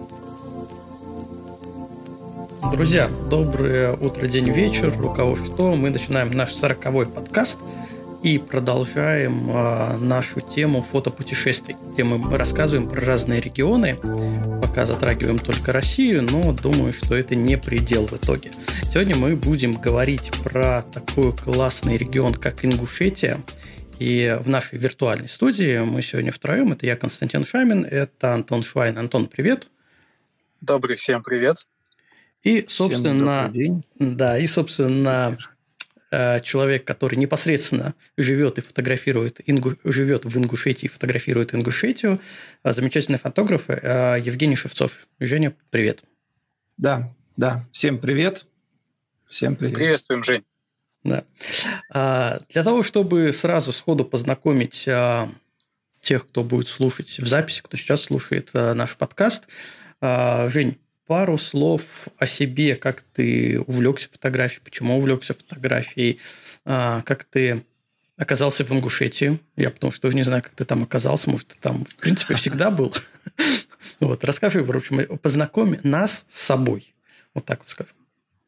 Друзья, доброе утро, день, вечер. У кого что. Мы начинаем наш 40-й подкаст и продолжаем нашу тему фотопутешествий, где мы рассказываем про разные регионы. Пока затрагиваем только Россию, но думаю, что это не предел в итоге. Сегодня мы будем говорить про такой классный регион, как Ингушетия. И в нашей виртуальной студии мы сегодня втроем. Это я, Константин Шамин, это Антон Швайн. Антон, привет. Добрый всем привет. И, собственно, человек, который непосредственно живет и фотографирует, живет в Ингушетии и фотографирует Ингушетию, замечательный фотограф Евгений Шевцов. Женя, привет. Да, всем привет. Всем привет. Приветствуем, Жень. Да. Для того, чтобы сразу сходу познакомить тех, кто будет слушать в записи, кто сейчас слушает наш подкаст, Жень, пару слов о себе, как ты увлекся фотографией, почему увлекся фотографией, как ты оказался в Ингушетии. Я потому что не знаю, как ты там оказался, может, ты там, в принципе, всегда был. Вот, расскажи, в общем, познакомь нас с собой. Вот так вот скажем.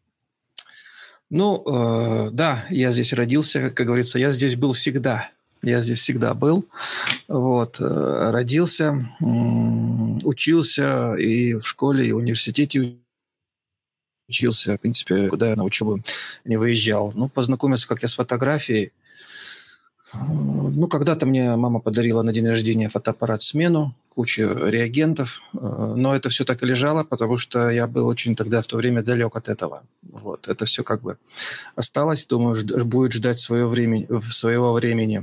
Да, я здесь родился, как говорится, я здесь был всегда. Я здесь всегда был. Вот, родился, учился и в школе, и в университете учился. В принципе, куда я на учебу не выезжал. Познакомился, как я с фотографией. Когда-то мне мама подарила на день рождения фотоаппарат «Смену», кучу реагентов, но это все так и лежало, потому что я был очень тогда в то время далек от этого. Вот, это все как бы осталось, думаю, будет ждать своего времени.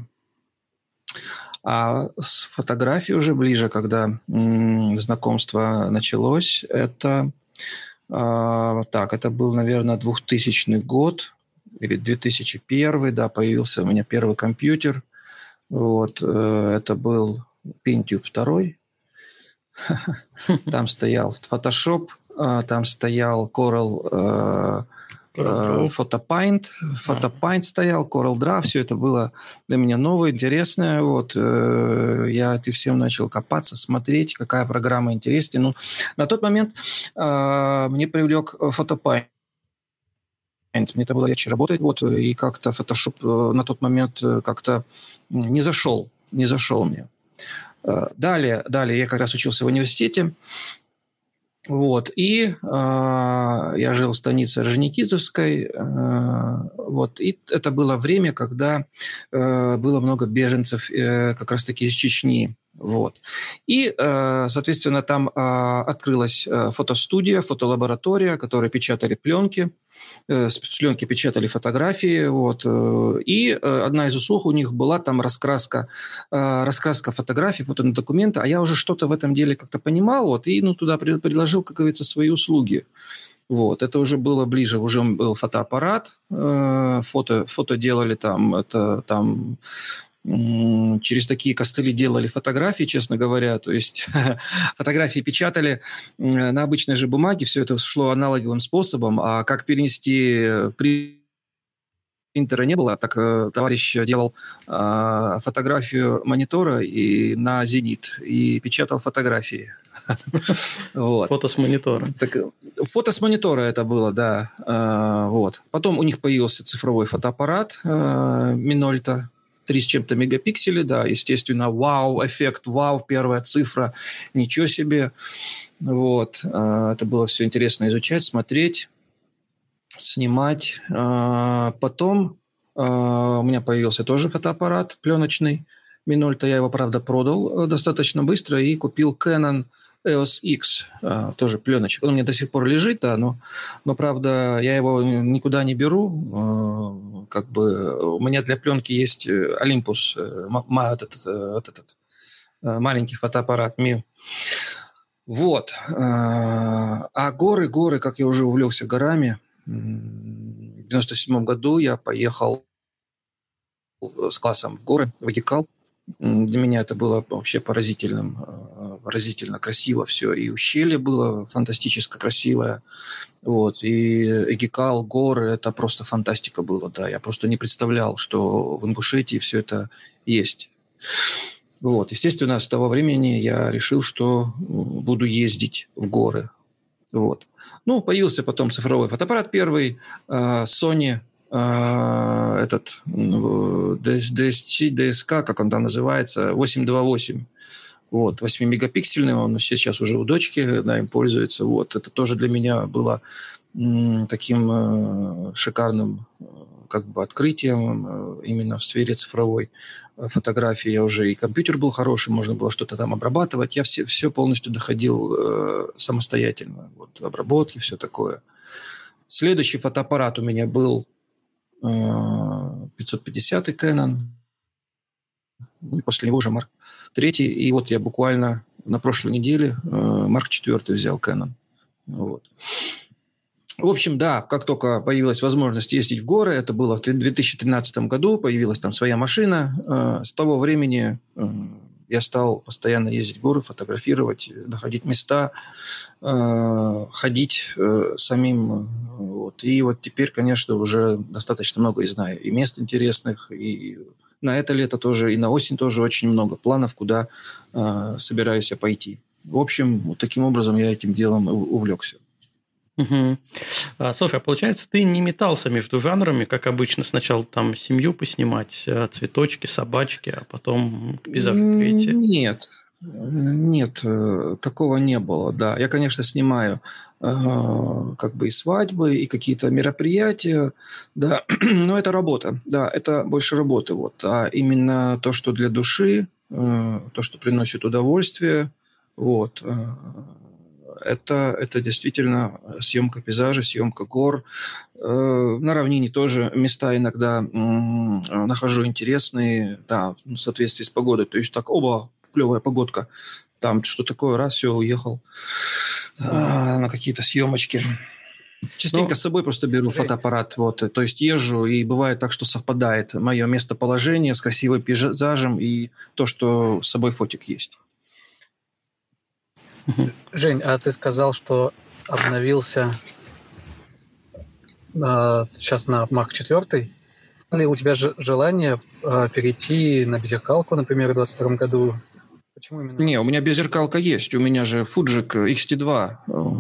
А с фотографией уже ближе, когда знакомство началось, это был, наверное, 2000 год или 2001, да, появился у меня первый компьютер. Вот, это был Pentium 2. Там стоял Photoshop, там стоял Corel Photopaint стоял, Corel Draw, все это было для меня новое, интересное. Вот, я всем начал копаться, смотреть, какая программа интереснее. На тот момент мне привлек Photopaint. Мне это было легче работать, вот, и как-то Photoshop на тот момент как-то не зашел мне. Далее я как раз учился в университете. Вот, и я жил в станице Орджоникидзевской, вот, и это было время, когда было много беженцев как раз-таки из Чечни, вот. И, соответственно, там открылась фотостудия, фотолаборатория, которые печатали пленки, с пленки печатали фотографии, вот, и одна из услуг у них была там раскраска фотографий, фотодокумента, а я уже что-то в этом деле как-то понимал, вот, и туда предложил, как говорится, свои услуги. Вот, это уже было ближе, уже был фотоаппарат, фото делали там через такие костыли делали фотографии, честно говоря. То есть фотографии печатали на обычной же бумаге. Все это шло аналоговым способом. А как перенести принтера не было, так товарищ делал фотографию монитора и на «Зенит» и печатал фотографии. Фото с монитора. Фото с монитора это было, да. Вот. Потом у них появился цифровой фотоаппарат Minolta. 3 с чем-то мегапикселей, да, естественно, эффект, первая цифра, ничего себе. Вот, это было все интересно изучать, смотреть, снимать. Потом у меня появился тоже фотоаппарат пленочный Minolta, я его, правда, продал достаточно быстро и купил Canon EOS X, тоже пленочек. Он у меня до сих пор лежит, да, но правда, я его никуда не беру. Как бы у меня для пленки есть Olympus, этот маленький фотоаппарат Miu. Вот. А горы, как я уже увлекся горами, в 1997 году я поехал с классом в горы, в Агикал. Для меня это было вообще поразительно красиво все. И ущелье было фантастически красивое. Вот. И Эгикал, горы, это просто фантастика было, да. Я просто не представлял, что в Ингушетии все это есть. Вот. Естественно, с того времени я решил, что буду ездить в горы. Вот. Ну, появился потом цифровой фотоаппарат первый, Sony, этот DSC, DSK, как он там называется, 828. Вот, 8-мегапиксельный, он сейчас уже у дочки, да, им пользуется. Вот, это тоже для меня было таким шикарным как бы открытием именно в сфере цифровой фотографии. Я уже и компьютер был хороший, можно было что-то там обрабатывать. Я все полностью доходил самостоятельно. Вот, обработки, все такое. Следующий фотоаппарат у меня был 550 Canon. После него уже Mark III. И вот я буквально на прошлой неделе Mark IV взял Canon. Вот. В общем, да, как только появилась возможность ездить в горы, это было в 2013 году, появилась там своя машина. С того времени я стал постоянно ездить в горы, фотографировать, находить места, ходить самим. Вот. И вот теперь, конечно, уже достаточно много и знаю. И мест интересных, и на это лето тоже, и на осень тоже очень много планов, куда собираюсь я пойти. В общем, вот таким образом я этим делом увлекся. Угу. Слушай, а получается, ты не метался между жанрами, как обычно, сначала там семью поснимать, цветочки, собачки, а потом пейзажи третьи? Нет, такого не было, да. Я, конечно, снимаю как бы и свадьбы, и какие-то мероприятия, да, но это работа, да, это больше работы, вот. А именно то, что для души, то, что приносит удовольствие, вот, это действительно съемка пейзажа, съемка гор. На равнине тоже места иногда нахожу интересные, да, в соответствии с погодой. То есть так, оба, клевая погодка. Там что такое, раз, все, уехал на какие-то съемочки. Частенько с собой просто беру фотоаппарат, вот, то есть езжу, и бывает так, что совпадает мое местоположение с красивым пейзажем и то, что с собой фотик есть. Жень, а ты сказал, что обновился сейчас на Mark IV. Ли у тебя желание перейти на беззеркалку, например, в 2022 году? Почему именно? Не, у меня беззеркалка есть. У меня же Fujik X-T2.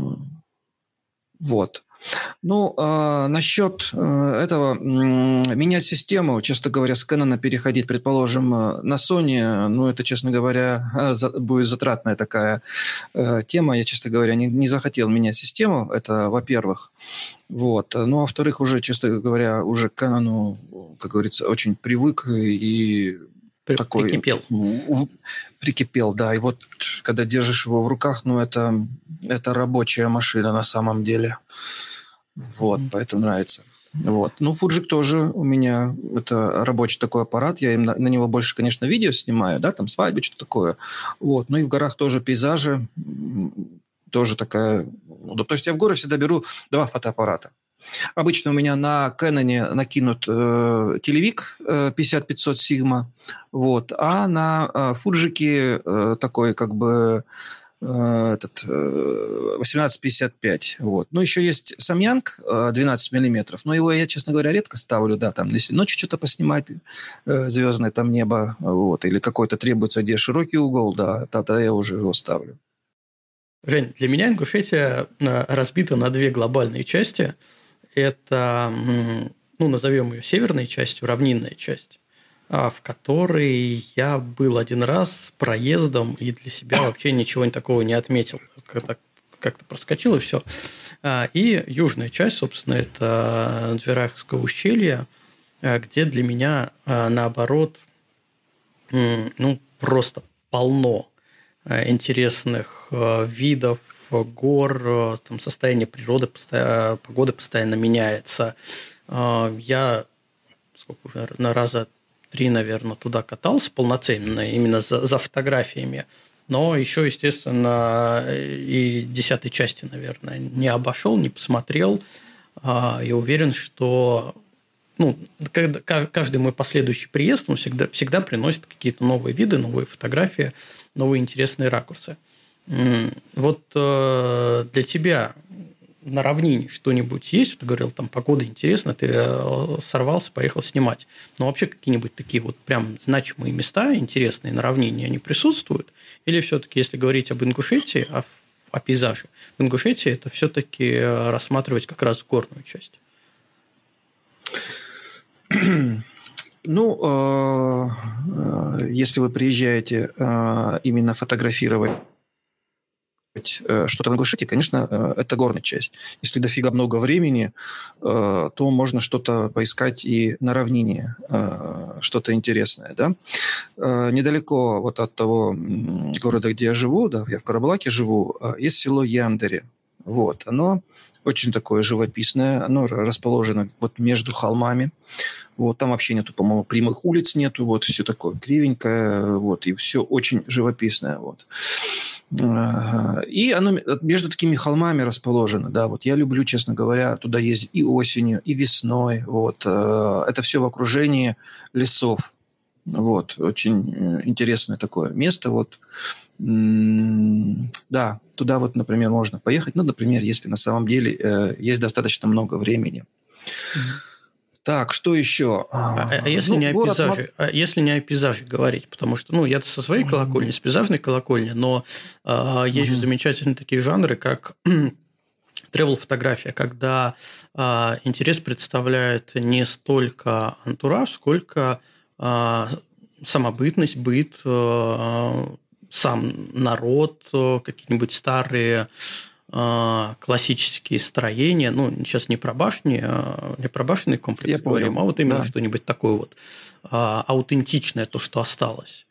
Вот. Ну, насчет этого, менять систему, честно говоря, с Canon переходить, предположим, на Sony, ну, это, честно говоря, будет затратная такая тема. Я, честно говоря, не захотел менять систему, это во-первых. Вот. Ну, а во-вторых, уже, честно говоря, уже к Canon, как говорится, очень привык и такой... Прикипел, да. И вот, когда держишь его в руках, ну, это рабочая машина на самом деле. Вот, поэтому нравится. Вот. Ну, Fujik тоже у меня, это рабочий такой аппарат, я на него больше, конечно, видео снимаю, да, там свадьбы, что-то такое. Вот. Ну, и в горах тоже пейзажи, тоже такая... Ну, то есть я в горы всегда беру 2 фотоаппарата. Обычно у меня на Canon накинут телевик 50-500 Sigma, вот, а на Fujik такой как бы 18-55. Вот. Ну, еще есть Samyang 12 миллиметров, но его я, честно говоря, редко ставлю, да, там, если ночью что-то поснимать, звездное там небо, вот, или какой-то требуется, где широкий угол, да, тогда я уже его ставлю. Жень, для меня Ингушетия разбита на 2 глобальные части. Это, ну, назовем ее северной частью, равнинная часть, в которой я был один раз проездом и для себя вообще ничего такого не отметил. Как-то проскочил и все. И южная часть, собственно, это Дверахское ущелье, где для меня, наоборот, ну, просто полно интересных видов, гор, там состояние природы, погода постоянно меняется. Я на раза 3, наверное, туда катался полноценно, именно за фотографиями. Но еще, естественно, и 10-й части, наверное, не обошел, не посмотрел. Я уверен, что каждый мой последующий приезд он всегда приносит какие-то новые виды, новые фотографии, новые интересные ракурсы. Вот для тебя на равнине что-нибудь есть? Ты говорил, там погода интересна, ты сорвался, поехал снимать. Но вообще какие-нибудь такие вот прям значимые места интересные на равнине, они присутствуют? Или все-таки, если говорить об Ингушетии, о пейзаже, в Ингушетии это все-таки рассматривать как раз горную часть? Ну, если вы приезжаете именно фотографировать что-то в Ингушетии, конечно, это горная часть. Если дофига много времени, то можно что-то поискать и на равнине, что-то интересное, да. Недалеко вот от того города, где я живу, да, я в Карабулаке живу, есть село Яндери. Вот, оно очень такое живописное, оно расположено вот между холмами. Вот, там вообще нету, по-моему, прямых улиц нету, вот, все такое кривенькое, вот, и все очень живописное, вот. И оно между такими холмами расположено, да, вот я люблю, честно говоря, туда ездить и осенью, и весной, вот, это все в окружении лесов, вот, очень интересное такое место, вот, да, туда вот, например, можно поехать, ну, например, если на самом деле есть достаточно много времени. Так, что еще? Если не о пейзаже, если не о пейзаже говорить, потому что, ну, я-то со своей колокольни, с пейзажной колокольни, но есть же замечательные такие жанры, как тревел-фотография, когда интерес представляет не столько антураж, сколько самобытность, быт, сам народ, какие-нибудь старые классические строения, ну, сейчас не про башни, не про башенный комплекс говорим, а вот именно что-нибудь такое вот аутентичное, то, что осталось.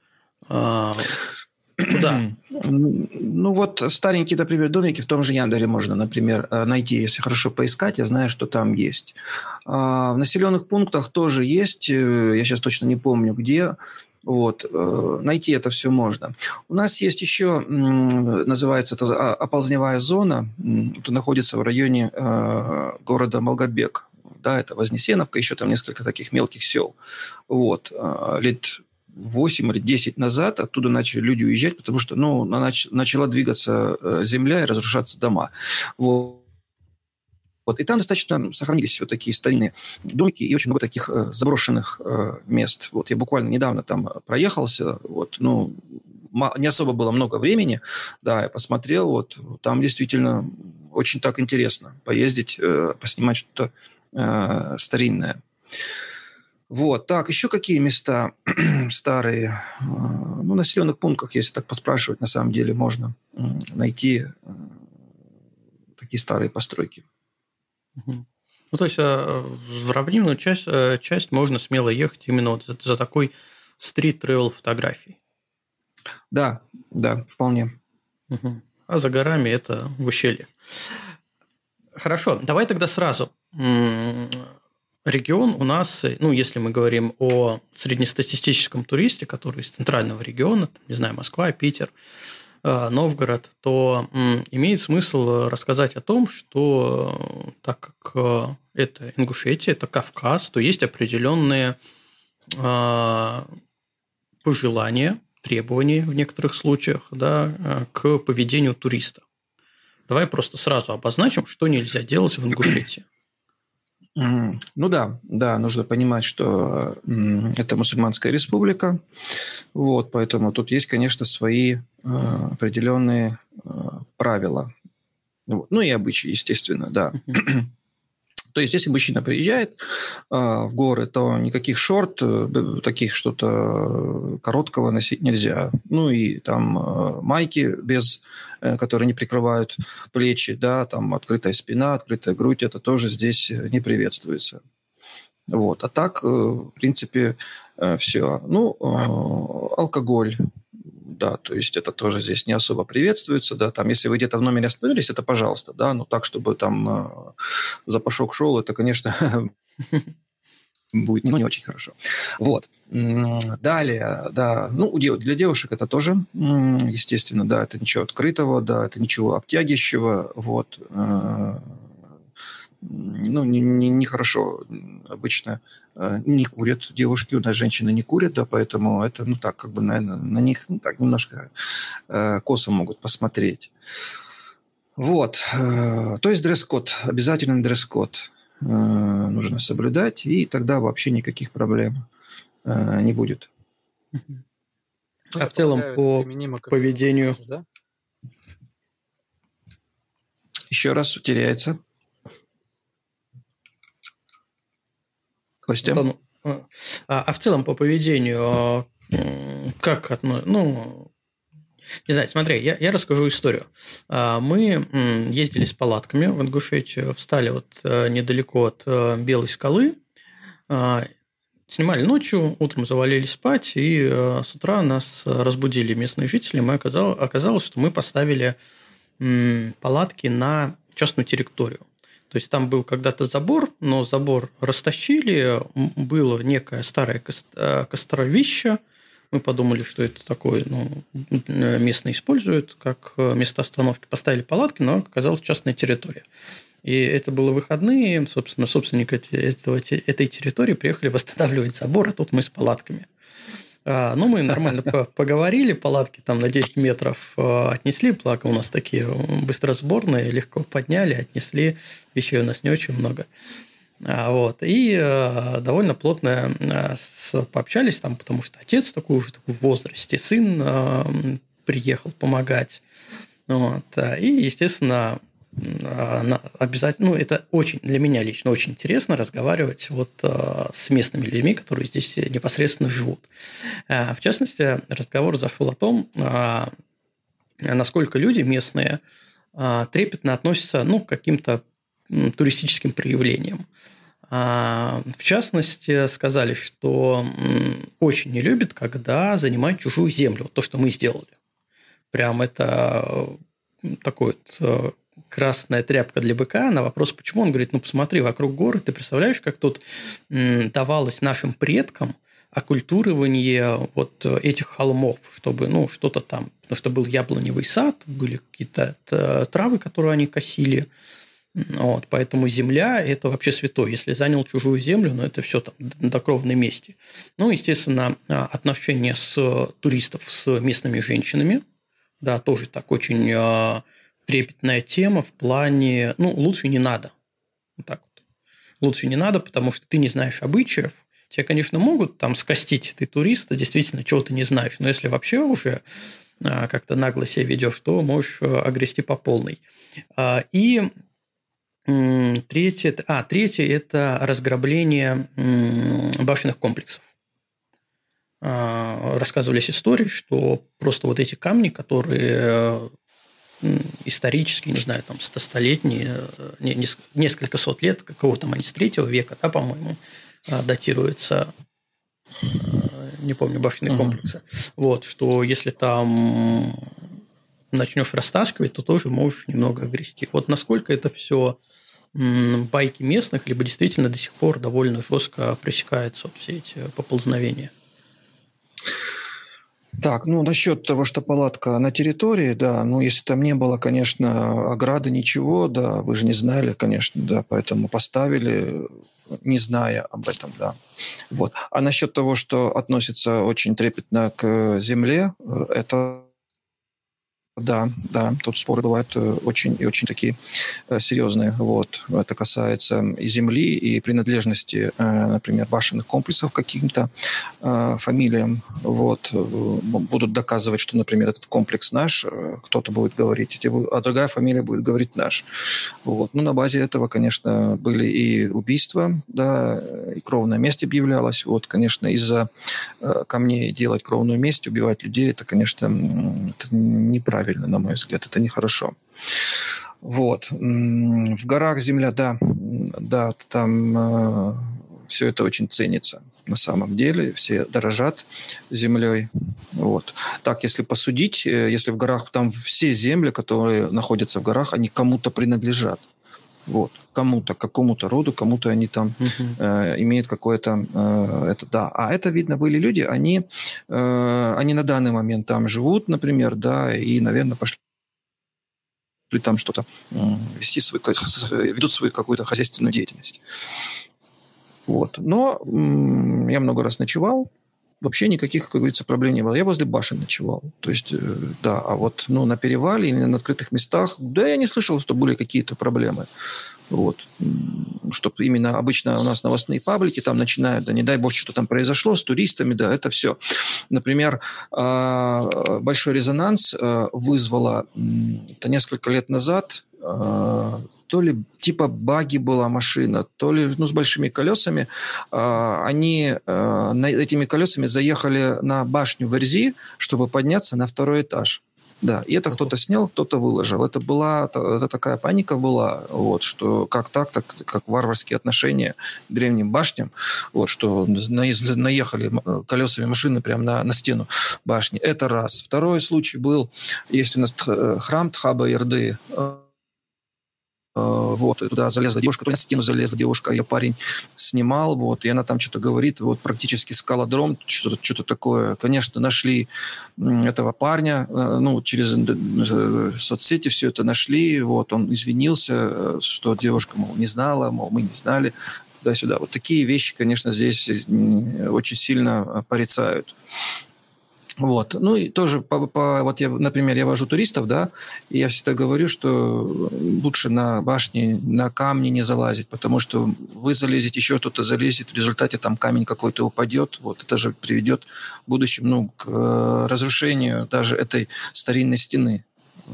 Куда? Ну, вот старенькие, например, домики в том же Яндере можно, например, найти, если хорошо поискать, я знаю, что там есть. В населенных пунктах тоже есть, я сейчас точно не помню, где. Вот, найти это все можно. У нас есть еще, называется это оползневая зона, это находится в районе города Малгобек. Да, это Вознесеновка, еще там несколько таких мелких сел. Вот, лет 8 или 10 назад оттуда начали люди уезжать, потому что, ну, начала двигаться земля и разрушаться дома. Вот. Вот. И там достаточно сохранились вот такие старинные домики и очень много таких заброшенных мест. Вот я буквально недавно там проехался, вот, ну, не особо было много времени, да, я посмотрел, вот, там действительно очень так интересно поездить, поснимать что-то старинное. Вот, так, еще какие места старые? Ну, в населенных пунктах, если так поспрашивать, на самом деле можно найти такие старые постройки. Ну, то есть в равнинную часть можно смело ехать именно вот за такой стрит-тревел фотографией. Да, да, вполне. А за горами это в ущелье. Хорошо, давай тогда сразу. Регион у нас, ну, если мы говорим о среднестатистическом туристе, который из центрального региона, там, не знаю, Москва, Питер, Новгород, то имеет смысл рассказать о том, что так как это Ингушетия, это Кавказ, то есть определенные пожелания, требования в некоторых случаях, да, к поведению туриста. Давай просто сразу обозначим, что нельзя делать в Ингушетии. Ну да, нужно понимать, что это мусульманская республика, вот, поэтому тут есть, конечно, свои определенные правила, ну и обычаи, естественно, да. То есть, если мужчина приезжает в горы, то никаких шорт, таких что-то короткого носить нельзя. Ну и там майки, которые не прикрывают плечи, да, там открытая спина, открытая грудь, это тоже здесь не приветствуется. Вот. А так, в принципе, все. Ну, алкоголь. Да, то есть это тоже здесь не особо приветствуется, да, там, если вы где-то в номере остановились, это пожалуйста, да, но так, чтобы там запашок шел, это, конечно, будет не очень хорошо. Вот. Далее, да, ну, для девушек это тоже, естественно, да, это ничего открытого, да, это ничего обтягивающего, вот. Ну, нехорошо обычно не курят девушки, у нас женщины не курят, да, поэтому это, ну, так, как бы, наверное, на них, ну, так, немножко косо могут посмотреть. Вот. То есть дресс-код, обязательно дресс-код нужно соблюдать, и тогда вообще никаких проблем не будет. А в целом по поведению... Да? Еще раз теряется. Костя? А в целом по поведению как не знаю, смотри, я расскажу историю. Мы ездили с палатками в Ингушетию, встали недалеко от Белой скалы, снимали ночью, утром завалились спать, и с утра нас разбудили местные жители. Оказалось, что мы поставили палатки на частную территорию. То есть там был когда-то забор, но забор растащили, было некое старое костровище. Мы подумали, что это такое, местные используют как место остановки. Поставили палатки, но оказалась частная территория. И это было выходные, собственно, собственник этой территории приехали восстанавливать забор, а тут мы с палатками. Мы нормально поговорили, палатки там на 10 метров отнесли, благо у нас такие быстросборные, легко подняли, отнесли, вещей у нас не очень много. И довольно плотно пообщались там, потому что отец такой в возрасте, сын приехал помогать. И, естественно, обязательно, это для меня лично очень интересно разговаривать с местными людьми, которые здесь непосредственно живут. В частности, разговор зашел о том, насколько люди местные трепетно относятся к каким-то туристическим проявлениям. В частности, сказали, что очень не любят, когда занимают чужую землю. То, что мы сделали. Прям это такой красная тряпка для быка. На вопрос, почему, он говорит, посмотри, вокруг горы, ты представляешь, как тут давалось нашим предкам оккультуривание этих холмов, чтобы, что-то там, потому что был яблоневый сад, были какие-то травы, которые они косили, поэтому земля – это вообще святое. Если занял чужую землю, это все там до кровной мести. Естественно, отношения с туристов с местными женщинами, да, тоже так очень трепетная тема в плане, лучше не надо. Лучше не надо, потому что ты не знаешь обычаев. Тебя, конечно, могут там скостить, ты турист, действительно, чего ты не знаешь. Но если вообще уже как-то нагло себя ведешь, то можешь огрести по полной. И третье – это разграбление башенных комплексов. Рассказывались истории, что просто эти камни, которые исторически, не знаю, там, столетние, несколько сот лет, какого там они с 3 века, да, по-моему, датируются, не помню, башенные комплексы. Что если там начнешь растаскивать, то тоже можешь немного огрести. Насколько это все байки местных, либо действительно до сих пор довольно жестко пресекаются все эти поползновения. Так, насчет того, что палатка на территории, да, если там не было, конечно, ограды, ничего, да, вы же не знали, конечно, да, поэтому поставили, не зная об этом, да. А насчет того, что относится очень трепетно к земле, это... Да, тут споры бывают очень и очень такие серьезные. Это касается и земли, и принадлежности, например, башенных комплексов к каким-то фамилиям. Будут доказывать, что, например, этот комплекс наш, кто-то будет говорить, а другая фамилия будет говорить наш. На базе этого, конечно, были и убийства, да, и кровная месть объявлялась. Конечно, из-за камней делать кровную месть, убивать людей, это, конечно, это неправильно. На мой взгляд, это нехорошо. В горах земля, да, там все это очень ценится. На самом деле все дорожат землей. Так, если посудить, если в горах, там все земли, которые находятся в горах, они кому-то принадлежат. Кому-то, какому-то роду, кому-то они там имеют какое-то... А это, видно, были люди, они на данный момент там живут, например, да, и, наверное, пошли там что-то ведут свою какую-то хозяйственную деятельность. Но я много раз ночевал вообще никаких, как говорится, проблем не было. Я возле башен ночевал. То есть, да, а вот на перевале или на открытых местах, да, я не слышал, что были какие-то проблемы. Вот. Чтобы именно обычно у нас новостные паблики там начинают, да не дай бог, что там произошло с туристами, да, это все. Например, большой резонанс вызвало это несколько лет назад, то ли типа багги была машина, то ли с большими колесами. Они этими колесами заехали на башню в Эрзи, чтобы подняться на второй этаж. Да, и это кто-то снял, кто-то выложил. Это такая паника была, вот, что как так, как варварские отношения к древним башням, вот, что наехали колесами машины прямо на стену башни. Это раз. Второй случай был, есть у нас храм Тхаба-Ирды, вот, и туда залезла девушка, на стену залезла девушка, ее парень снимал, вот, и она там что-то говорит, вот, практически скалодром, что-то такое. Конечно, нашли этого парня, через соцсети все это нашли, вот, он извинился, что девушка, мол, не знала, мол, мы не знали, туда-сюда. Вот такие вещи, конечно, здесь очень сильно порицают. Вот. Ну и тоже, вот я, например, я вожу туристов, да, и я всегда говорю, что лучше на башне, на камни не залазить, потому что вы залезете, еще кто-то залезет, в результате там камень какой-то упадет, вот, это же приведет в будущем, к разрушению даже этой старинной стены.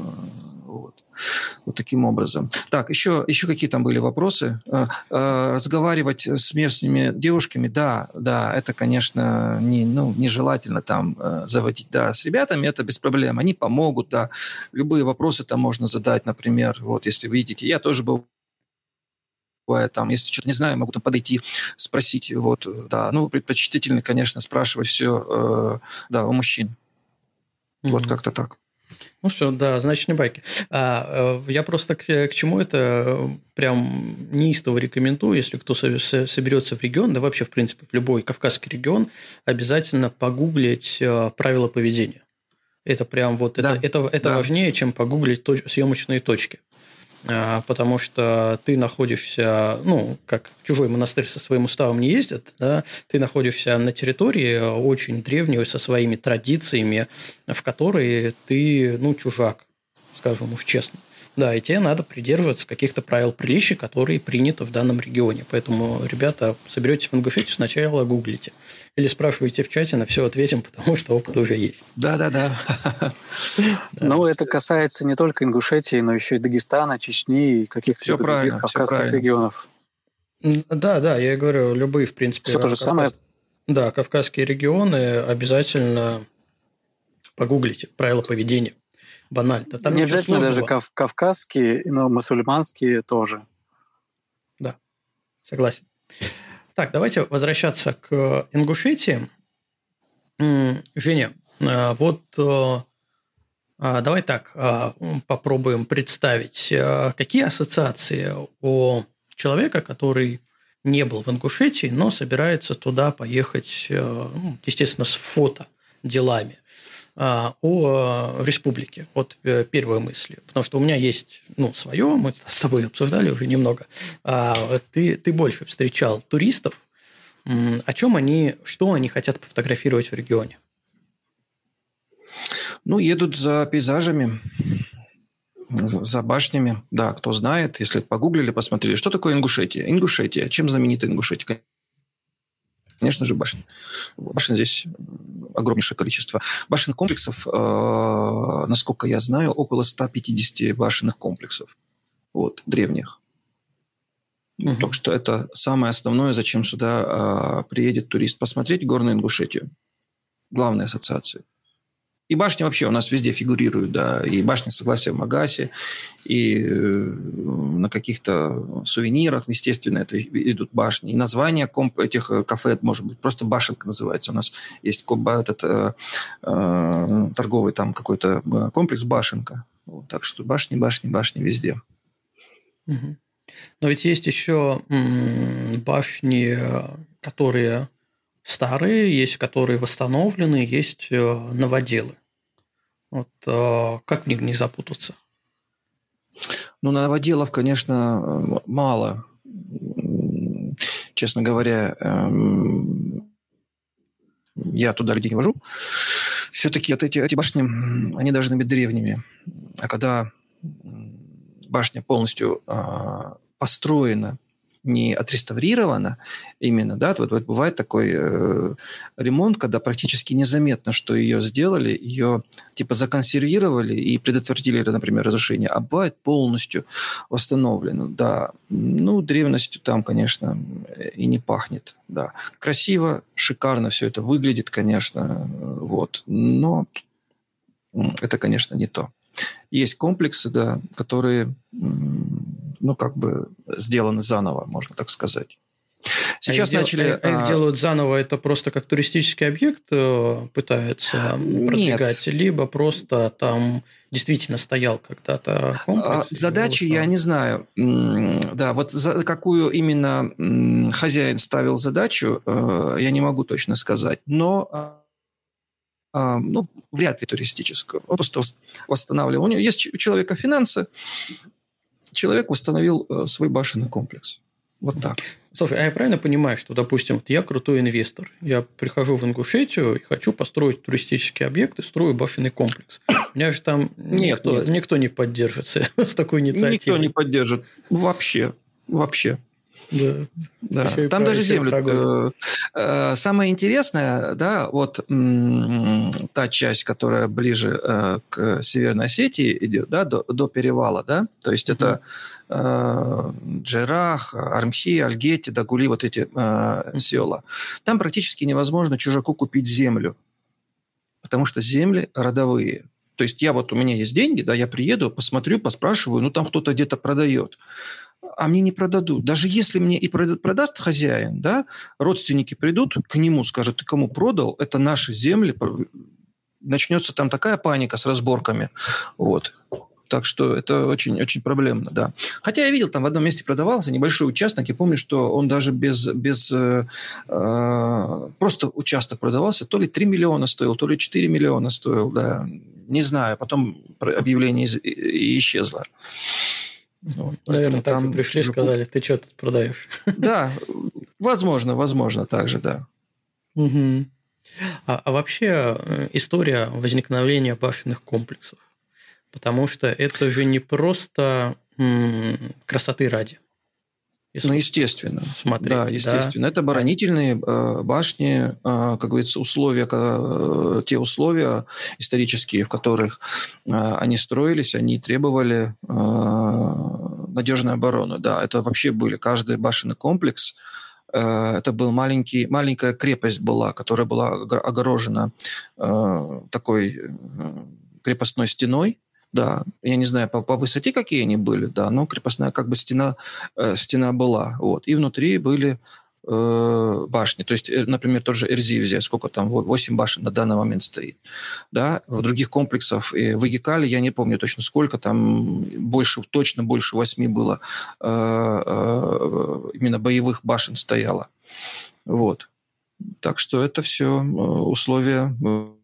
Вот таким образом. Так, еще какие там были вопросы? Разговаривать с местными девушками, да, это, конечно, нежелательно там заводить, да, с ребятами это без проблем, они помогут, да, любые вопросы там можно задать, например, вот, если вы видите, я тоже был там, если что-то не знаю, могу там подойти, спросить, вот, да, предпочтительно, конечно, спрашивать все, да, у мужчин. Вот как-то так. Ну все, да, значит, не байки. Я просто к чему это прям неистово рекомендую, если кто соберется в регион, да вообще, в принципе, в любой кавказский регион, обязательно погуглить правила поведения. Это прям вот, да, это важнее, чем погуглить съемочные точки. Потому что ты находишься, как в чужой монастырь со своим уставом не ездят, да, ты находишься на территории очень древней, со своими традициями, в которой ты, чужак, скажем уж честно. Да, и тебе надо придерживаться каких-то правил приличия, которые приняты в данном регионе. Поэтому, ребята, соберетесь в Ингушетию, сначала гуглите. Или спрашивайте в чате, на все ответим, потому что опыт уже есть. Да. Но это касается не только Ингушетии, но еще и Дагестана, Чечни и каких-то других кавказских регионов. Да, я говорю, любые, в принципе. Все то же самое. Да, кавказские регионы обязательно погуглите правила поведения. Банально. Там не обязательно даже кавказские, но мусульманские тоже. Да, согласен. Так, давайте возвращаться к Ингушетии. Женя, вот давай так попробуем представить, какие ассоциации у человека, который не был в Ингушетии, но собирается туда поехать, естественно, с фотоделами, о республике. Вот первые мысли. Потому что у меня есть, свое, мы с тобой обсуждали уже немного. Ты больше встречал туристов. Что они хотят пофотографировать в регионе? Едут за пейзажами, за башнями. Да, кто знает, если погуглили, посмотрели. Что такое Ингушетия? Ингушетия. Чем знаменита Ингушетия? Конечно же, башни. Башен здесь огромнейшее количество. Башенных комплексов, насколько я знаю, около 150 башенных комплексов. Вот, древних. Так что это самое основное, зачем сюда приедет турист. Посмотреть горную Ингушетию. Главные ассоциации. И башни вообще у нас везде фигурируют, да, и башни Согласия в Магасе, и на каких-то сувенирах, естественно, это идут башни. И название этих кафе, может быть, просто башенка называется. У нас есть этот торговый там какой-то комплекс башенка. Вот, так что башни везде. Но ведь есть еще башни, которые старые, есть которые восстановлены, есть новоделы. Вот как в них не запутаться? Новоделов, конечно, мало. Честно говоря, я туда людей не вожу, все-таки эти башни, они должны быть древними. А когда башня полностью построена, не отреставрирована именно, да, вот бывает такой ремонт, когда практически незаметно, что ее сделали, ее типа законсервировали и предотвратили, например, разрушение, а бывает полностью восстановлено, да. Ну, древностью там, конечно, и не пахнет, да. Красиво, шикарно все это выглядит, конечно, вот, но это, конечно, не то. Есть комплексы, да, которые, ну, как бы сделаны заново, можно так сказать. Сейчас начали... их делают заново, это просто как туристический объект пытаются продвигать, либо просто там действительно стоял когда-то комплекс? Задачи я не знаю. Да, вот за какую именно хозяин ставил задачу, я не могу точно сказать. Но... ну, вряд ли туристическую. Он просто восстанавливал. У него есть у человека финансы, человек восстановил свой башенный комплекс. Вот так. Слушай, а я правильно понимаю, что, допустим, вот я крутой инвестор, я прихожу в Ингушетию и хочу построить туристический объект и строю башенный комплекс. Меня же там никто не поддержит с такой инициативой. Никто не поддержит. Вообще. Да. Там даже землю. Самое интересное, да, вот та часть, которая ближе к Северной Осетии идет, да, до перевала, да, то есть это Джерах, Армхи, Альгети, Дагули, вот эти села. Там практически невозможно чужаку купить землю, потому что земли родовые. То есть у меня есть деньги, да, я приеду, посмотрю, поспрашиваю, ну там кто-то где-то продает. А мне не продадут. Даже если мне и продаст хозяин, да, родственники придут к нему, скажут, ты кому продал, это наши земли, начнется там такая паника с разборками. Вот. Так что это очень-очень проблемно, да. Хотя я видел, там в одном месте продавался небольшой участок, я помню, что он даже просто участок продавался, то ли 3 миллиона стоил, то ли 4 миллиона стоил, да. Не знаю, потом объявление исчезло. Наверное, так же пришли и сказали, ты что тут продаешь? Да, возможно, так же, да. Угу. А вообще история возникновения башенных комплексов, потому что это же не просто красоты ради. Ну, естественно. Смотреть, да, естественно. Да? Это оборонительные башни, как говорится, те условия исторические, в которых они строились, они требовали надежную оборону. Да, это вообще были. Каждый башенный комплекс, это был маленькая крепость была, которая была огорожена такой крепостной стеной. Да, я не знаю, по высоте какие они были, да, но крепостная как бы стена была, вот. И внутри были башни. То есть, например, тот же Эрзи взять, сколько там, 8 башен на данный момент стоит. Да? В других комплексах, в Игикале, я не помню точно сколько, там точно больше 8 было именно боевых башен стояло. Вот. Так что это все условия...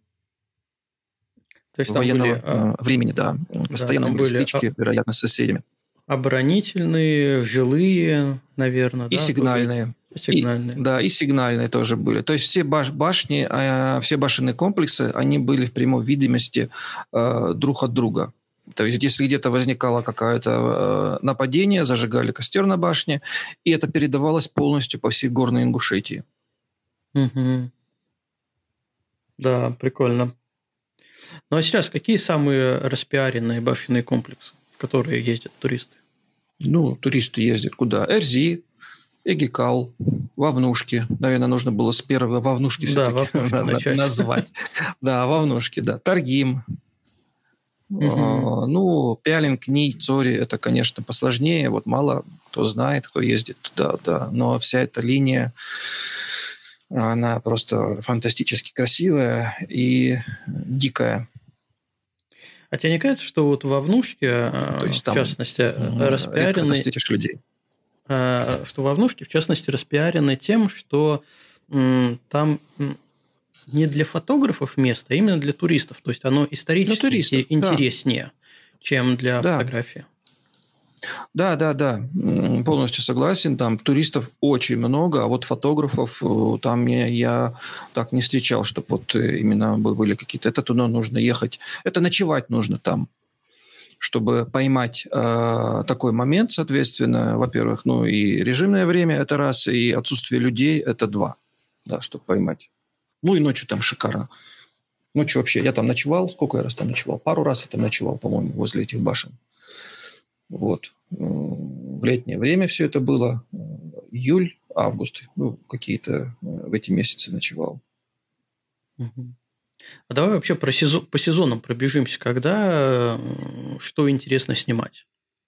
То есть военного времени, да. Постоянно были стычки, вероятно, с соседями. Оборонительные, жилые, наверное. И сигнальные. И сигнальные тоже были. То есть все башни, все башенные комплексы, они были в прямой видимости друг от друга. То есть если где-то возникало какое-то нападение, зажигали костер на башне, и это передавалось полностью по всей горной Ингушетии. Угу. Да, прикольно. Ну, а сейчас какие самые распиаренные башенные комплексы, в которые ездят туристы? Ну, туристы ездят куда? Эрзи, Эгикал, Вовнушки. Наверное, нужно было с первого Вовнушки все-таки назвать. Да, Вовнушки, да. Таргим. Ну, Пялинг, Ний, Цори, это, конечно, посложнее. Вот мало кто знает, кто ездит туда, да. Но вся эта линия... Она просто фантастически красивая и дикая. А тебе не кажется, что вот во Внушке, в частности, распиарены... встретишь людей. Что во Внушке, в частности, распиарены тем, что там не для фотографов место, а именно для туристов. То есть оно исторически интереснее, чем для фотографии. Да, полностью согласен. Там туристов очень много, а вот фотографов там я так не встречал, чтобы вот именно были какие-то. Это туда нужно ехать. Это ночевать нужно там, чтобы поймать такой момент, соответственно, во-первых, ну и режимное время это раз, и отсутствие людей это два, да, чтобы поймать. Ну и ночью там шикарно. Ночью вообще, я там ночевал, сколько я раз там ночевал? Пару раз я там ночевал, по-моему, возле этих башен. Вот. В летнее время все это было. Июль, август. Ну, какие-то в эти месяцы ночевал. А давай вообще по сезонам пробежимся. Когда что интересно снимать?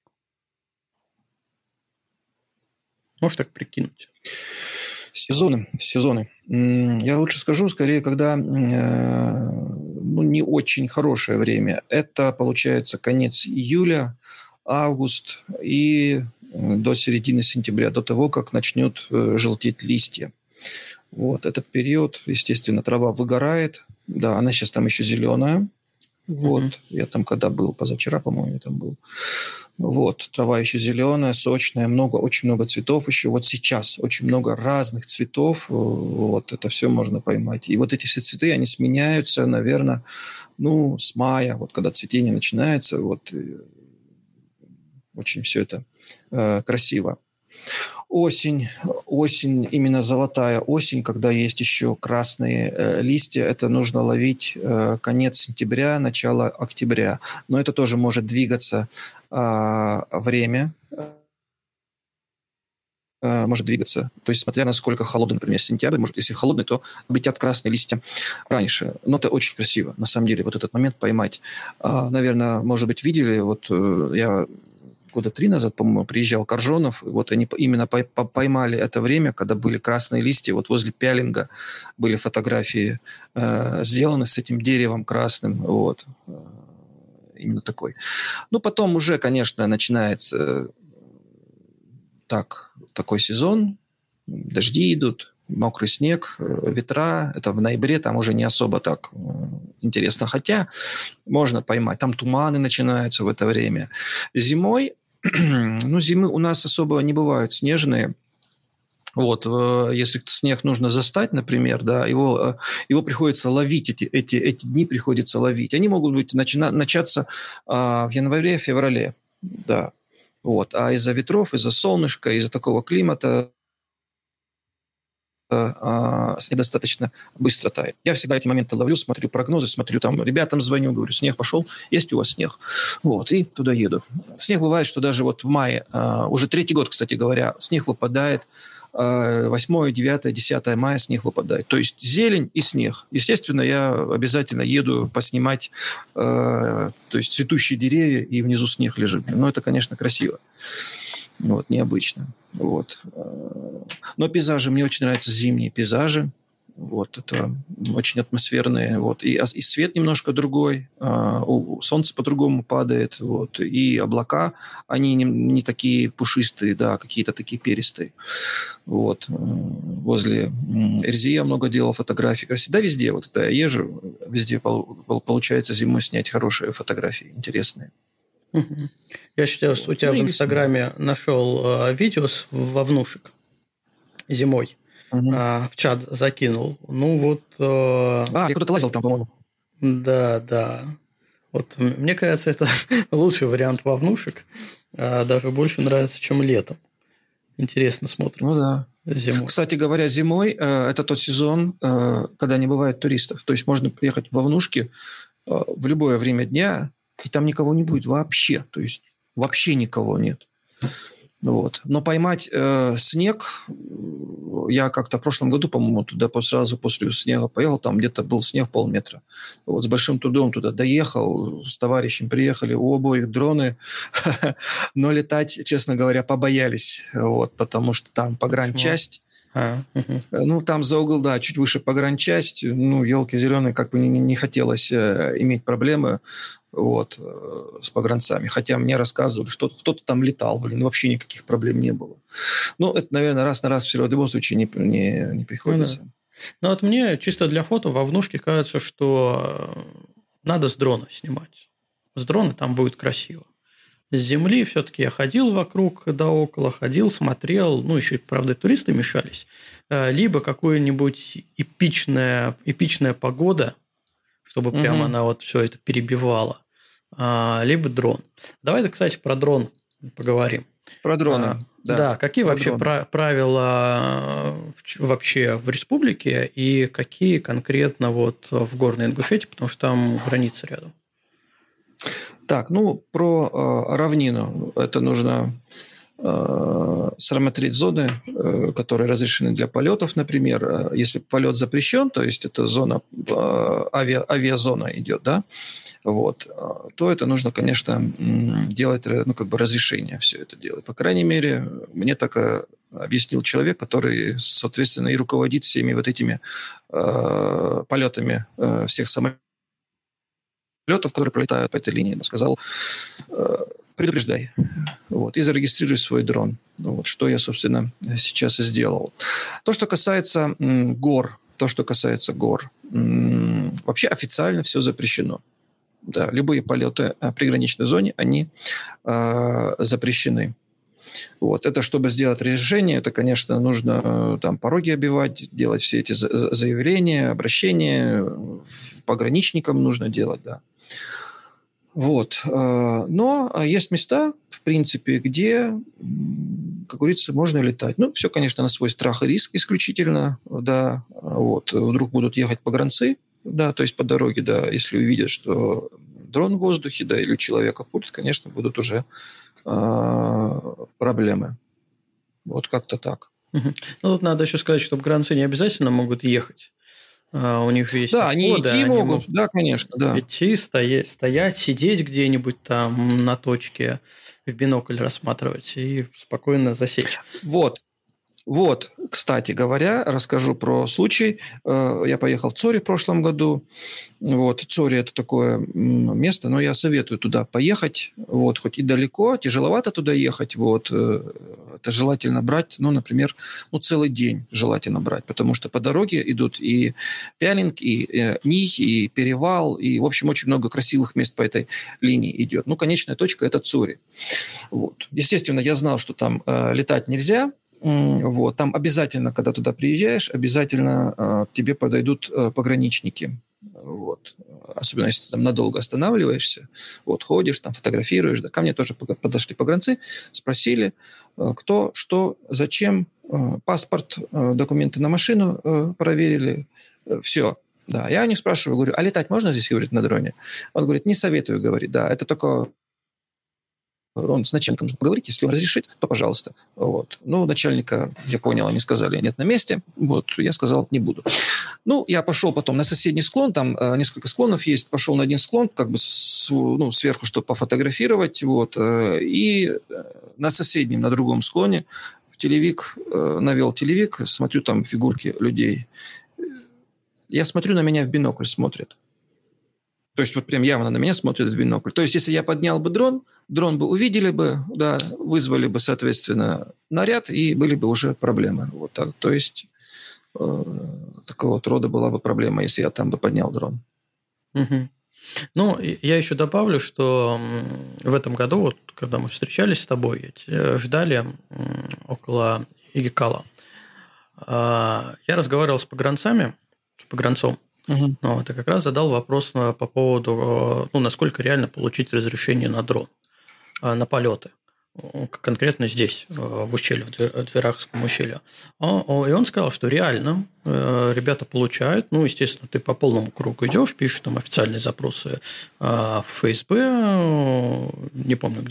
Можешь так прикинуть? Сезоны. Я лучше скажу, скорее, когда ну, не очень хорошее время. Это, получается, конец июля, август и до середины сентября, до того, как начнет желтеть листья. Вот этот период, естественно, трава выгорает. Да, она сейчас там еще зеленая. Вот, я там когда был, позавчера, по-моему, я там был. Вот, трава еще зеленая, сочная, очень много цветов еще. Вот сейчас очень много разных цветов. Вот, это все можно поймать. И вот эти все цветы, они сменяются, наверное, ну, с мая, вот когда цветение начинается. Вот, очень все это красиво. Осень, именно золотая осень, когда есть еще красные листья, это нужно ловить конец сентября, начало октября. Но это тоже может двигаться время, может двигаться. То есть, смотря насколько холодный, например, сентябрь, может, если холодный, то облетят красные листья раньше. Но это очень красиво, на самом деле, вот этот момент поймать. Наверное, может быть, видели, вот я года 3 назад, по-моему, приезжал Коржонов, и вот они именно поймали это время, когда были красные листья, вот возле Пялинга были фотографии сделаны с этим деревом красным, вот, именно такой. Ну, потом уже, конечно, начинается такой сезон, дожди идут, мокрый снег, ветра, это в ноябре, там уже не особо так интересно, хотя можно поймать, там туманы начинаются в это время. Зимой, ну, зимы у нас особо не бывают снежные. Вот, если снег нужно застать, например, да, его приходится ловить, эти дни приходится ловить. Они могут быть начаться в январе-феврале, да. Вот. А из-за ветров, из-за солнышка, из-за такого климата снег достаточно быстро тает. Я всегда эти моменты ловлю, смотрю прогнозы, смотрю там, ребятам звоню, говорю, снег пошел, есть у вас снег? Вот, и туда еду. Снег бывает, что даже вот в мае, уже 3-й год, кстати говоря, снег выпадает, 8, 9, 10 мая снег выпадает. То есть зелень и снег. Естественно, я обязательно еду поснимать то есть цветущие деревья, и внизу снег лежит. Но это, конечно, красиво. Вот, необычно. Вот. Но пейзажи, мне очень нравятся зимние пейзажи. Вот, это очень атмосферные. Вот. И свет немножко другой, солнце по-другому падает. Вот. И облака, они не такие пушистые, да, какие-то такие перистые. Вот. Возле Эрзия я много делал фотографий. Да, везде. Вот, да, я езжу, везде получается зимой снять хорошие фотографии, интересные. Я сейчас у тебя в Инстаграме нашел видео вовнушек зимой. В чат закинул. Ну вот... я куда-то лазил там, по-моему. Да. Вот мне кажется, это лучший вариант вовнушек. Даже больше нравится, чем летом. Интересно смотрится. Ну да. Зимой. Кстати говоря, зимой это тот сезон, когда не бывает туристов. То есть можно приехать в вовнушки в любое время дня, и там никого не будет вообще. То есть вообще никого нет. Вот. Но поймать снег, я как-то в прошлом году, по-моему, туда сразу после снега поехал, там где-то был снег полметра. Вот с большим трудом туда доехал, с товарищем приехали, у обоих дроны, но летать, честно говоря, побоялись, вот, потому что там погранчасть. Ну, там за угол, да, чуть выше погранчасть, ну, елки зеленые, как бы не хотелось иметь проблемы, вот, с погранцами. Хотя мне рассказывали, что кто-то там летал, вообще никаких проблем не было. Ну, это, наверное, раз на раз все равно в любом случае не приходится. Ну, вот мне чисто для фото вовнушки кажется, что надо с дрона снимать. С дрона там будет красиво. с земли все-таки я ходил вокруг да около, ходил, смотрел, ну, еще, правда, туристы мешались, либо какая-нибудь эпичная погода, чтобы прямо она вот все это перебивала, либо дрон. Давай, кстати, про дрон поговорим. Про дроны. Да, какие вообще правила вообще в республике и какие конкретно вот в Горной Ингушетии, потому что там граница рядом? Так, ну, про равнину. Это нужно смотреть зоны, которые разрешены для полетов, например. Если полет запрещен, то есть это зона, авиазона идет, да, вот, то это нужно, конечно, делать, ну, как бы разрешение все это делать. По крайней мере, мне так объяснил человек, который, соответственно, и руководит всеми вот этими полетами всех самолетов, которые пролетают по этой линии. Он сказал: предупреждай, вот, и зарегистрируй свой дрон. Вот, что я, собственно, сейчас и сделал. То, что касается гор, вообще официально все запрещено. Да, любые полеты в приграничной зоне, они запрещены. Вот. Это чтобы сделать разрешение, это, конечно, нужно там пороги обивать, делать все эти заявления, обращения, пограничникам нужно делать, да. Вот. Но есть места, в принципе, где, как говорится, можно летать. Ну, все, конечно, на свой страх и риск исключительно, да. Вот. Вдруг будут ехать погранцы, да, то есть по дороге, да, если увидят, что дрон в воздухе, да, или у человека пульт, конечно, будут уже проблемы. Вот как-то так. Ну, тут надо еще сказать, что погранцы не обязательно могут ехать. У них есть да, они идти могут, да, конечно, да. Идти, стоять, сидеть где-нибудь там на точке, в бинокль рассматривать и спокойно засечь. Вот, кстати говоря, расскажу про случай. Я поехал в Цори в прошлом году. Вот, Цори – это такое место, но я советую туда поехать. Вот, хоть и далеко, тяжеловато туда ехать. Вот, это желательно брать, ну, например, целый день желательно брать, потому что по дороге идут и Пялинг, и Них, и Перевал, и, в общем, очень много красивых мест по этой линии идет. Ну, конечная точка – это Цори. Вот. Естественно, я знал, что там летать нельзя. Вот. Там обязательно, когда туда приезжаешь, обязательно тебе подойдут пограничники. Вот. Особенно, если ты там надолго останавливаешься, вот, ходишь, там, фотографируешь. Да. Ко мне тоже подошли погранцы, спросили, кто, что, зачем, паспорт, документы на машину проверили, все. Да. Я у них спрашиваю, говорю, а летать можно здесь, говорит, на дроне? Он говорит, не советую, говорит, да, это только... Он с начальником нужно поговорить, если он разрешит, то пожалуйста. Вот. Ну, начальника, я понял, они сказали, нет на месте. Вот, я сказал, не буду. Ну, я пошел потом на соседний склон, там несколько склонов есть, пошел на один склон, как бы сверху, чтобы пофотографировать, вот, и на соседнем, на другом склоне навел телевик, смотрю, там фигурки людей. Я смотрю, на меня в бинокль смотрят. То есть вот прям явно на меня смотрят в бинокль. То есть если я поднял бы дрон бы увидели бы, да, вызвали бы, соответственно, наряд, и были бы уже проблемы. Вот так. То есть такого вот рода была бы проблема, если я там бы поднял дрон. Угу. Ну, я еще добавлю, что в этом году, вот, когда мы встречались с тобой, ждали около Игикала. Я разговаривал с погранцом, вот, и как раз задал вопрос по поводу, насколько реально получить разрешение на дрон, на полеты. Конкретно здесь, в ущелье, в Дверахском ущелье. И он сказал, что реально ребята получают. Ну, естественно, ты по полному кругу идешь, пишешь там официальные запросы в ФСБ, не помню,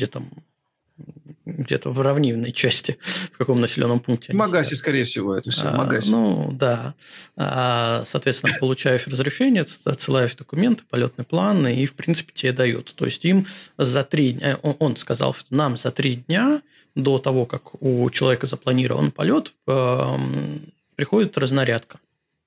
где-то в равнинной части, в каком населенном пункте. В Магасе, скорее всего, это все. Магасе. Ну, да. Соответственно, получаешь разрешение, отсылаешь документы, полетный план, и, в принципе, тебе дают. То есть, им за 3 дня... Он сказал, что нам за 3 дня до того, как у человека запланирован полет, приходит разнарядка,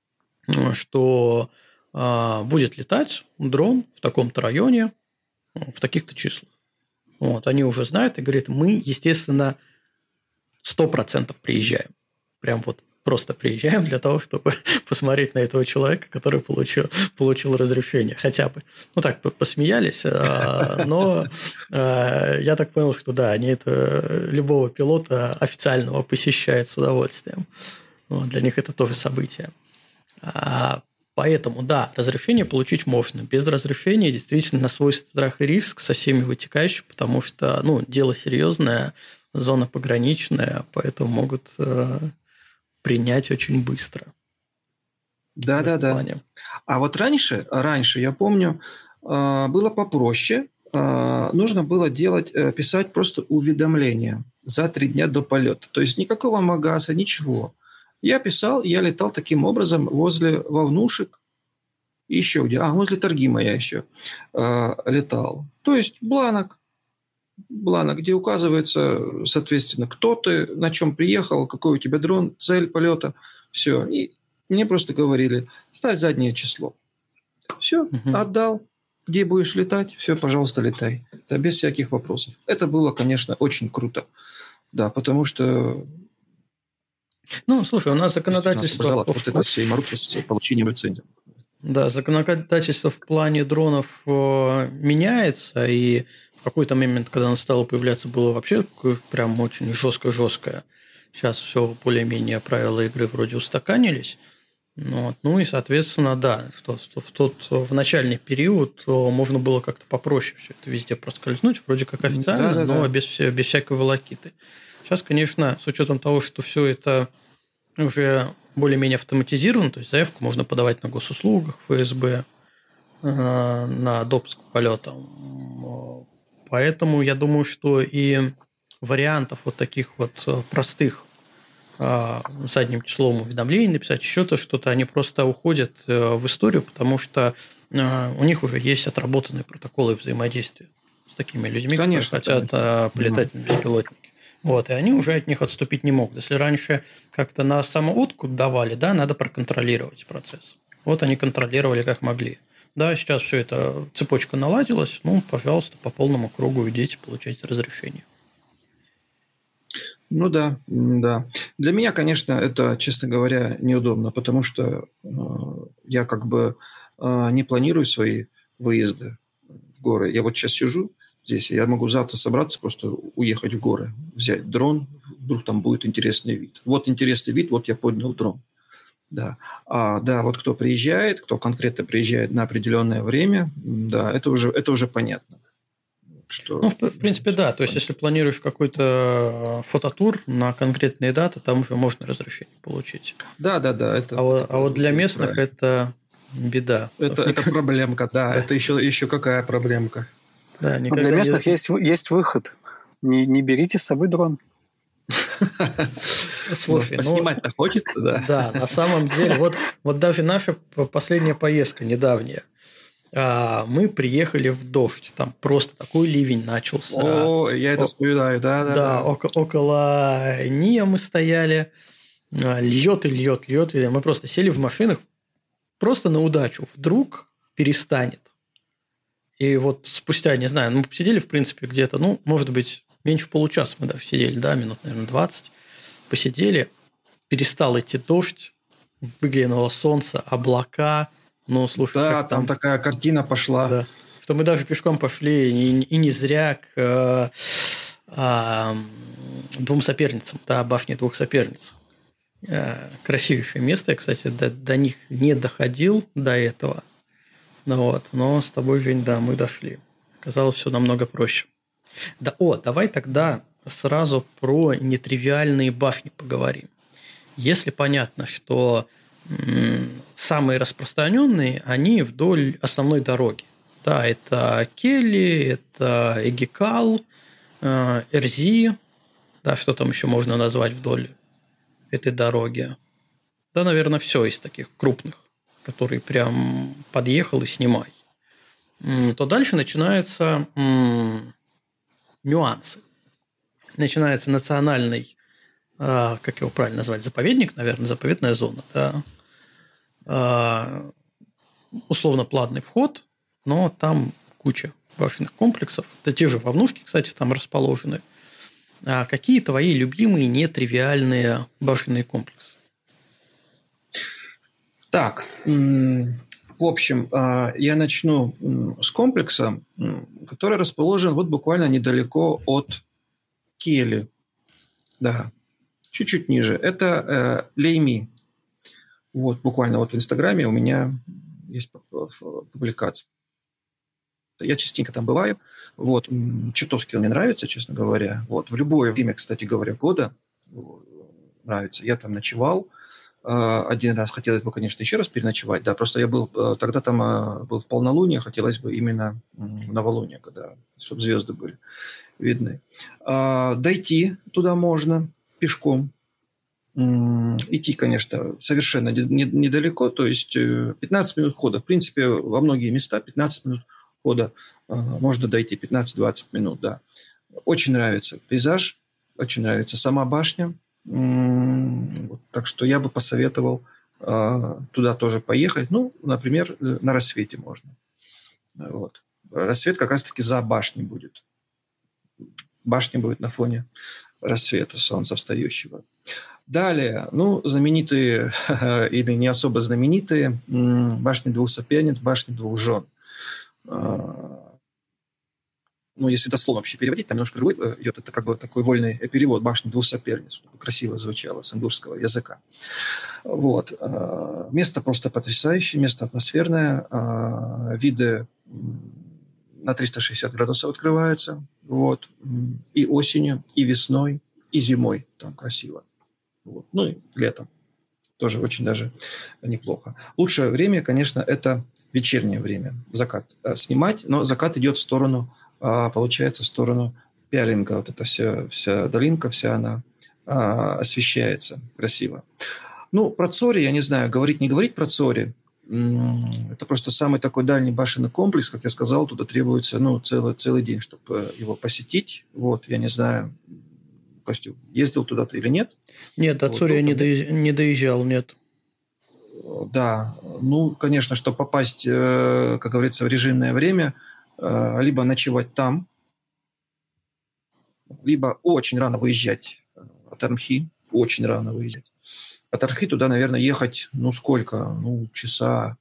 что будет летать дрон в таком-то районе, в таких-то числах. Вот, они уже знают и говорят, мы, естественно, 100% приезжаем. Прям вот просто приезжаем для того, чтобы посмотреть на этого человека, который получил разрешение. Хотя бы. Ну, так, посмеялись, но я так понял, что да, они это любого пилота официального посещают с удовольствием. Вот, для них это тоже событие. Поэтому, да, разрешение получить можно. Без разрешения действительно на свой страх и риск со всеми вытекающими, потому что, ну, дело серьезное, зона пограничная, поэтому могут принять очень быстро. Да. А вот раньше, я помню, было попроще. Нужно было писать просто уведомления за 3 дня до полета. То есть никакого магаса, ничего. Я летал таким образом возле волнушек, еще где. Возле Таргима я еще летал. То есть бланок, где указывается, соответственно, кто ты, на чем приехал, какой у тебя дрон, цель полета. Все. И мне просто говорили, ставь заднее число. Все, отдал. Где будешь летать, все, пожалуйста, летай. Да, без всяких вопросов. Это было, конечно, очень круто. Да, потому что... Ну, слушай, у нас законодательство... Вот это всей мороки с получением лицензии. Да, законодательство в плане дронов меняется, и в какой-то момент, когда оно стало появляться, было вообще прям очень жестко-жесткое. Сейчас все более-менее правила игры вроде устаканились. Ну и, соответственно, да, в начальный период можно было как-то попроще все это везде проскользнуть, вроде как официально, но без всякой волокиты. Сейчас, конечно, с учетом того, что все это уже более-менее автоматизировано, то есть заявку можно подавать на госуслугах, ФСБ, на допуск к полетам. Поэтому я думаю, что и вариантов вот таких вот простых задним числом уведомлений написать, еще что-то, они просто уходят в историю, потому что у них уже есть отработанные протоколы взаимодействия с такими людьми, которые хотят полетать на беспилотнике. Вот, и они уже от них отступить не могут. Если раньше как-то на самооткуп давали, да, надо проконтролировать процесс. Вот они контролировали как могли. Да, сейчас все это, цепочка наладилась, пожалуйста, по полному кругу идите, получайте разрешение. Ну да. Для меня, конечно, это, честно говоря, неудобно, потому что я как бы не планирую свои выезды в горы. Я вот сейчас сижу здесь, и я могу завтра собраться, просто уехать в горы, взять дрон, вдруг там будет интересный вид. Вот интересный вид, вот я поднял дрон. Да. Вот кто приезжает, кто конкретно приезжает на определенное время, да, это уже понятно. Что... в принципе, да. То есть, если планируешь какой-то фототур на конкретные даты, там уже можно разрешение получить. Да. Это, а вот для местных правильно. Это беда. Это проблемка, да. Это еще какая проблемка. Да, для местных есть выход. Не берите с собой дрон. Слушай, поснимать-то хочется, да. Да, на самом деле, вот даже наша последняя поездка недавняя, мы приехали в дождь, там просто такой ливень начался. О, я это вспоминаю, да. Да, около НИА мы стояли, льет, и мы просто сели в машинах, просто на удачу, вдруг перестанет. И вот спустя, не знаю, мы посидели, в принципе, где-то, может быть, меньше получаса мы даже сидели, да, минут, наверное, 20. Посидели, перестал идти дождь, выглянуло солнце, облака. Слушай, да, там такая картина пошла. Да, что мы даже пешком пошли, и не зря к двум соперницам, да, башне 2 соперниц. Красивейшее место. Я, кстати, до них не доходил до этого. Но с тобой, Жень, да, мы дошли. Оказалось, все намного проще. Давай тогда сразу про нетривиальные башни поговорим. Если понятно, что самые распространенные, они вдоль основной дороги. Да, это Келли, это Эгикал, Эрзи, да, что там еще можно назвать вдоль этой дороги. Да, наверное, все из таких крупных, которые прям подъехал и снимай. То дальше начинаются нюансы. Начинается национальный, как его правильно назвать, заповедник, наверное, заповедная зона, да. Условно-платный вход, но там куча башенных комплексов. Это те же вовнушки, кстати, там расположены. Какие твои любимые нетривиальные башенные комплексы? Так, в общем, я начну с комплекса, который расположен вот буквально недалеко от Кели. Да, чуть-чуть ниже. Это Лейми. Вот, буквально вот в Инстаграме у меня есть публикация. Я частенько там бываю. Вот, чертовски он мне нравится, честно говоря. Вот, в любое время, кстати говоря, года нравится. Я там ночевал. Один раз хотелось бы, конечно, еще раз переночевать. Да, просто я был тогда там был в полнолуние, хотелось бы именно в новолуние, чтобы звезды были видны. Дойти туда можно пешком. Идти, конечно, совершенно недалеко, то есть 15 минут хода. В принципе, во многие места 15 минут хода можно дойти, 15-20 минут, да. Очень нравится пейзаж, очень нравится сама башня. Так что я бы посоветовал туда тоже поехать. Ну, например, на рассвете можно. Вот. Рассвет как раз-таки за башней будет. Башня будет на фоне рассвета, солнца встающего. Далее, знаменитые или не особо знаменитые башни двух соперниц, башни двух жен. Если дословно вообще переводить, там немножко другой идет, это как бы такой вольный перевод башни двух соперниц, чтобы красиво звучало с индусского языка. Вот. Место просто потрясающее, место атмосферное, виды на 360 градусов открываются, вот. И осенью, и весной, и зимой там красиво. Вот. И летом тоже очень даже неплохо. Лучшее время, конечно, это вечернее время, закат. Снимать, но закат идет в сторону, получается, в сторону Пялинга. Вот эта вся долинка, вся она освещается красиво. Про Цори, я не знаю, говорить, не говорить про Цори. Это просто самый такой дальний башенный комплекс, как я сказал, туда требуется целый день, чтобы его посетить. Вот, я не знаю, Костю, ездил туда ты или нет? Нет, до Цори я не доезжал, нет. Да, конечно, чтобы попасть, как говорится, в режимное время, либо ночевать там, либо очень рано выезжать от Армхи, очень рано выезжать. От Армхи туда, наверное, ехать, сколько? Часа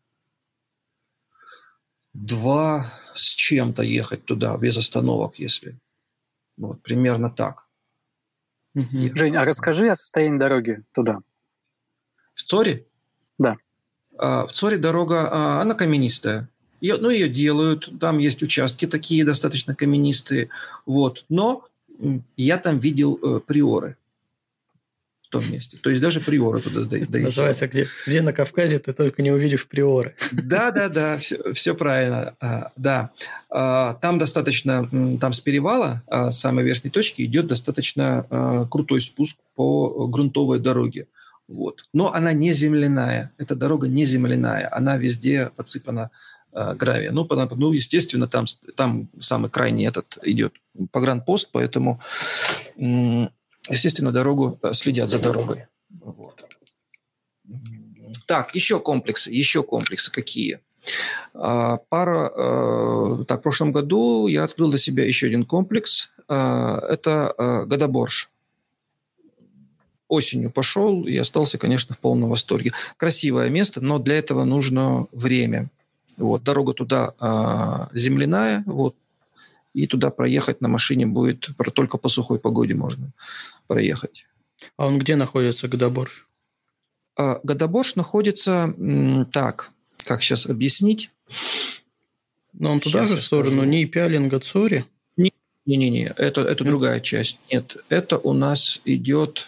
2 с чем-то ехать туда, без остановок, если. Вот, примерно так. Жень, а расскажи о состоянии дороги туда. В Цори? Да. В Цори дорога, она каменистая. Ее делают, там есть участки такие достаточно каменистые. Вот. Но я там видел приоры в том месте. То есть даже приоры туда доезжали. Называется, где на Кавказе ты только не увидишь приоры. Да, все правильно. Да. Там достаточно, там с перевала, с самой верхней точки, идет достаточно крутой спуск по грунтовой дороге. Вот. Но она не земляная. Эта дорога не земляная. Она везде подсыпана гравием. Естественно, там самый крайний идет погранпост, поэтому, естественно, дорогу следят за дорогой. Вот. Так, еще комплексы какие? В прошлом году я открыл для себя еще один комплекс. Это Гадаборж. Осенью пошел и остался, конечно, в полном восторге. Красивое место, но для этого нужно время. Вот, дорога туда земляная, вот, и туда проехать на машине будет только по сухой погоде можно проехать. А он где находится, Гадаборж? Гадаборж находится, так, как сейчас объяснить? Но он туда же, в сторону Пялинга, Цори? Не, это другая часть. Нет, это у нас идет...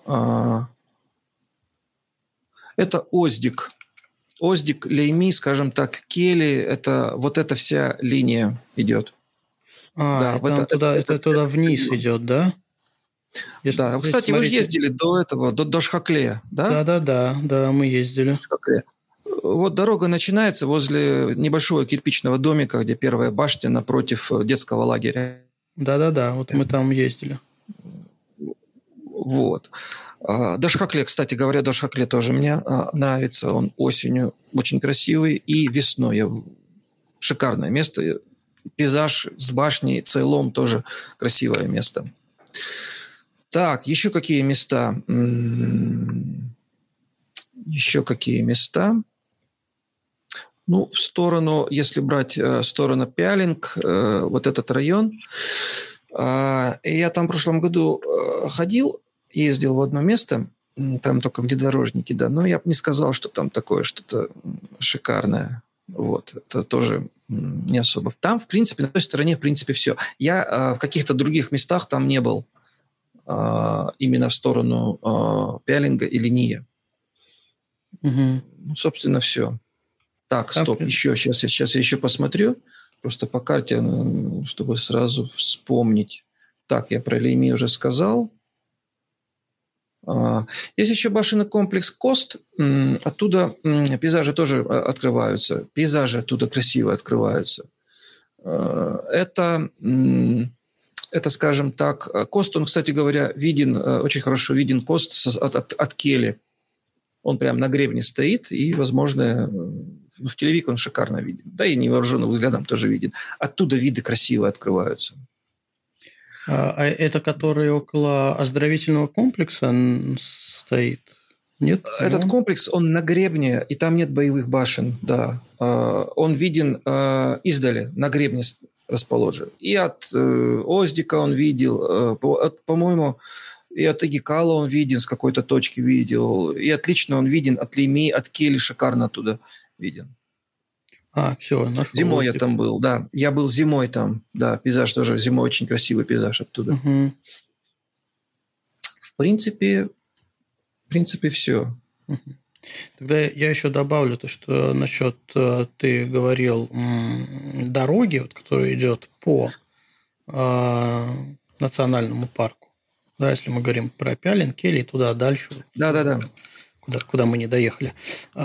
это Оздик. Оздик, Лейми, скажем так, Кели, это вот эта вся линия идет. Да, это туда вниз идет, да? Да, кстати, смотрите, вы же ездили до этого, до Шхакле, да? Да, мы ездили. Вот дорога начинается возле небольшого кирпичного домика, где первая башня напротив детского лагеря. Да, вот мы там ездили. Вот. Дашхакле, кстати говоря, Дашхакле тоже мне нравится. Он осенью очень красивый и весной. Шикарное место. Пейзаж с башней, Цейлом тоже красивое место. Так, еще какие места? Ну, в сторону, если брать сторону Пялинг, вот этот район, я там в прошлом году ходил, ездил в одно место, там только внедорожники, да, но я бы не сказал, что там такое что-то шикарное. Вот, это тоже не особо. Там, в принципе, на той стороне, в принципе, все. Я в каких-то других местах там не был, именно в сторону Пялинга или Ния. Угу. Ну, собственно, все. Так, Там, стоп, еще, сейчас я еще посмотрю, просто по карте, чтобы сразу вспомнить. Так, я про Лейми уже сказал. Есть еще башенный комплекс Кост. Оттуда пейзажи тоже открываются. Пейзажи оттуда красиво открываются. Это, скажем так, Кост, он, кстати говоря, виден, очень хорошо виден Кост от Кели. Он прям на гребне стоит, и, возможно, в телевик он шикарно виден. Да и невооруженным взглядом тоже виден. Оттуда виды красиво открываются. А это который около оздоровительного комплекса стоит? Нет? Этот комплекс, он на гребне, и там нет боевых башен, да. Он виден издали, на гребне расположен. И от Оздика он видел, по-моему, и от Игикала он виден, с какой-то точки видел. И отлично он виден от Лейми, от Кели шикарно оттуда виден. Все, нашел. Зимой я там был, да. Я был зимой там, да. Пейзаж тоже зимой очень красивый пейзаж оттуда. Угу. В принципе, все. Угу. Тогда я еще добавлю то, что насчет ты говорил дороги, вот, которая идет по национальному парку. Да, если мы говорим про Пялин, Кели и туда дальше. Да. Куда мы не доехали.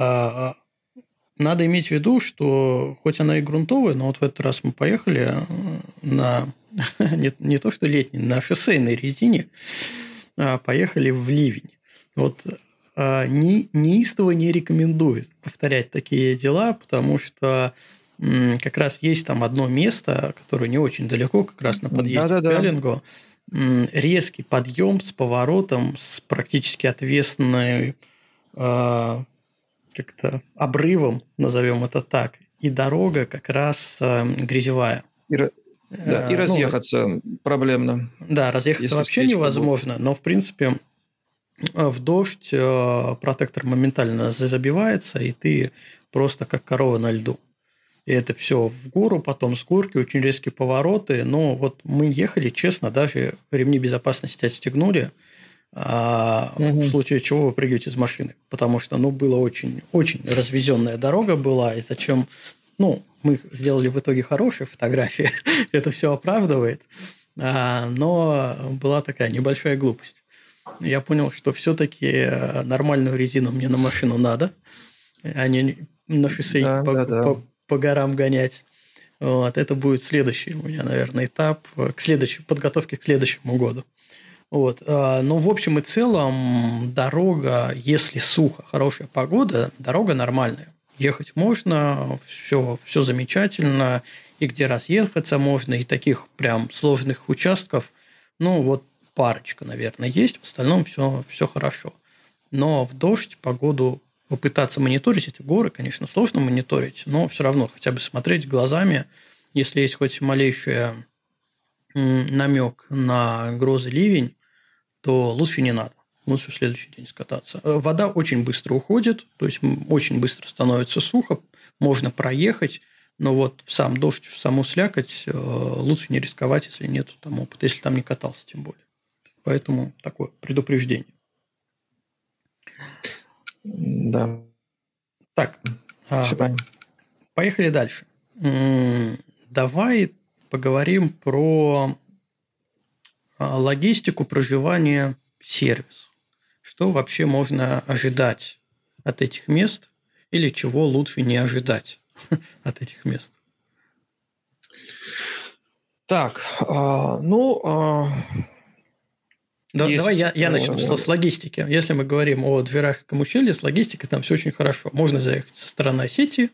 Надо иметь в виду, что хоть она и грунтовая, но вот в этот раз мы поехали на не то что летней, на шоссейной резине, поехали в ливень. Вот неистово не рекомендует повторять такие дела, потому что как раз есть там одно место, которое не очень далеко, как раз на подъезде к Пялингу. Резкий подъем с поворотом, с практически отвесной как-то обрывом, назовем это так, и дорога как раз грязевая. И разъехаться проблемно. Да, разъехаться вообще невозможно, но в принципе в дождь протектор моментально забивается, и ты просто как корова на льду. И это все в гору, потом с горки, очень резкие повороты. Но вот мы ехали, честно, даже ремни безопасности отстегнули, в случае чего вы прыгаете из машины. Потому что, была очень, очень развезенная дорога была, и зачем... мы сделали в итоге хорошие фотографии, это все оправдывает, но была такая небольшая глупость. Я понял, что все-таки нормальную резину мне на машину надо, а не на шоссе по горам гонять. Вот, это будет следующий у меня, наверное, этап подготовки к следующему году. Вот. Но в общем и целом дорога, если сухо, хорошая погода, дорога нормальная. Ехать можно, все замечательно, и где разъехаться можно, и таких прям сложных участков, парочка, наверное, есть, в остальном все хорошо. Но в дождь, погоду попытаться мониторить эти горы, конечно, сложно мониторить, но все равно хотя бы смотреть глазами, если есть хоть малейший намек на грозы, ливень, то лучше не надо. Лучше в следующий день скататься. Вода очень быстро уходит, то есть очень быстро становится сухо, можно проехать, но вот в сам дождь, в саму слякоть лучше не рисковать, если нет там опыта, если там не катался тем более. Поэтому такое предупреждение. Да. Так, поехали дальше. Давай поговорим про логистику проживания, сервис. Что вообще можно ожидать от этих мест или чего лучше не ожидать от этих мест? Так, Давай я начну с логистики. Если мы говорим о Дверахском ущелье, с логистикой там все очень хорошо. Можно заехать со стороны Осетии.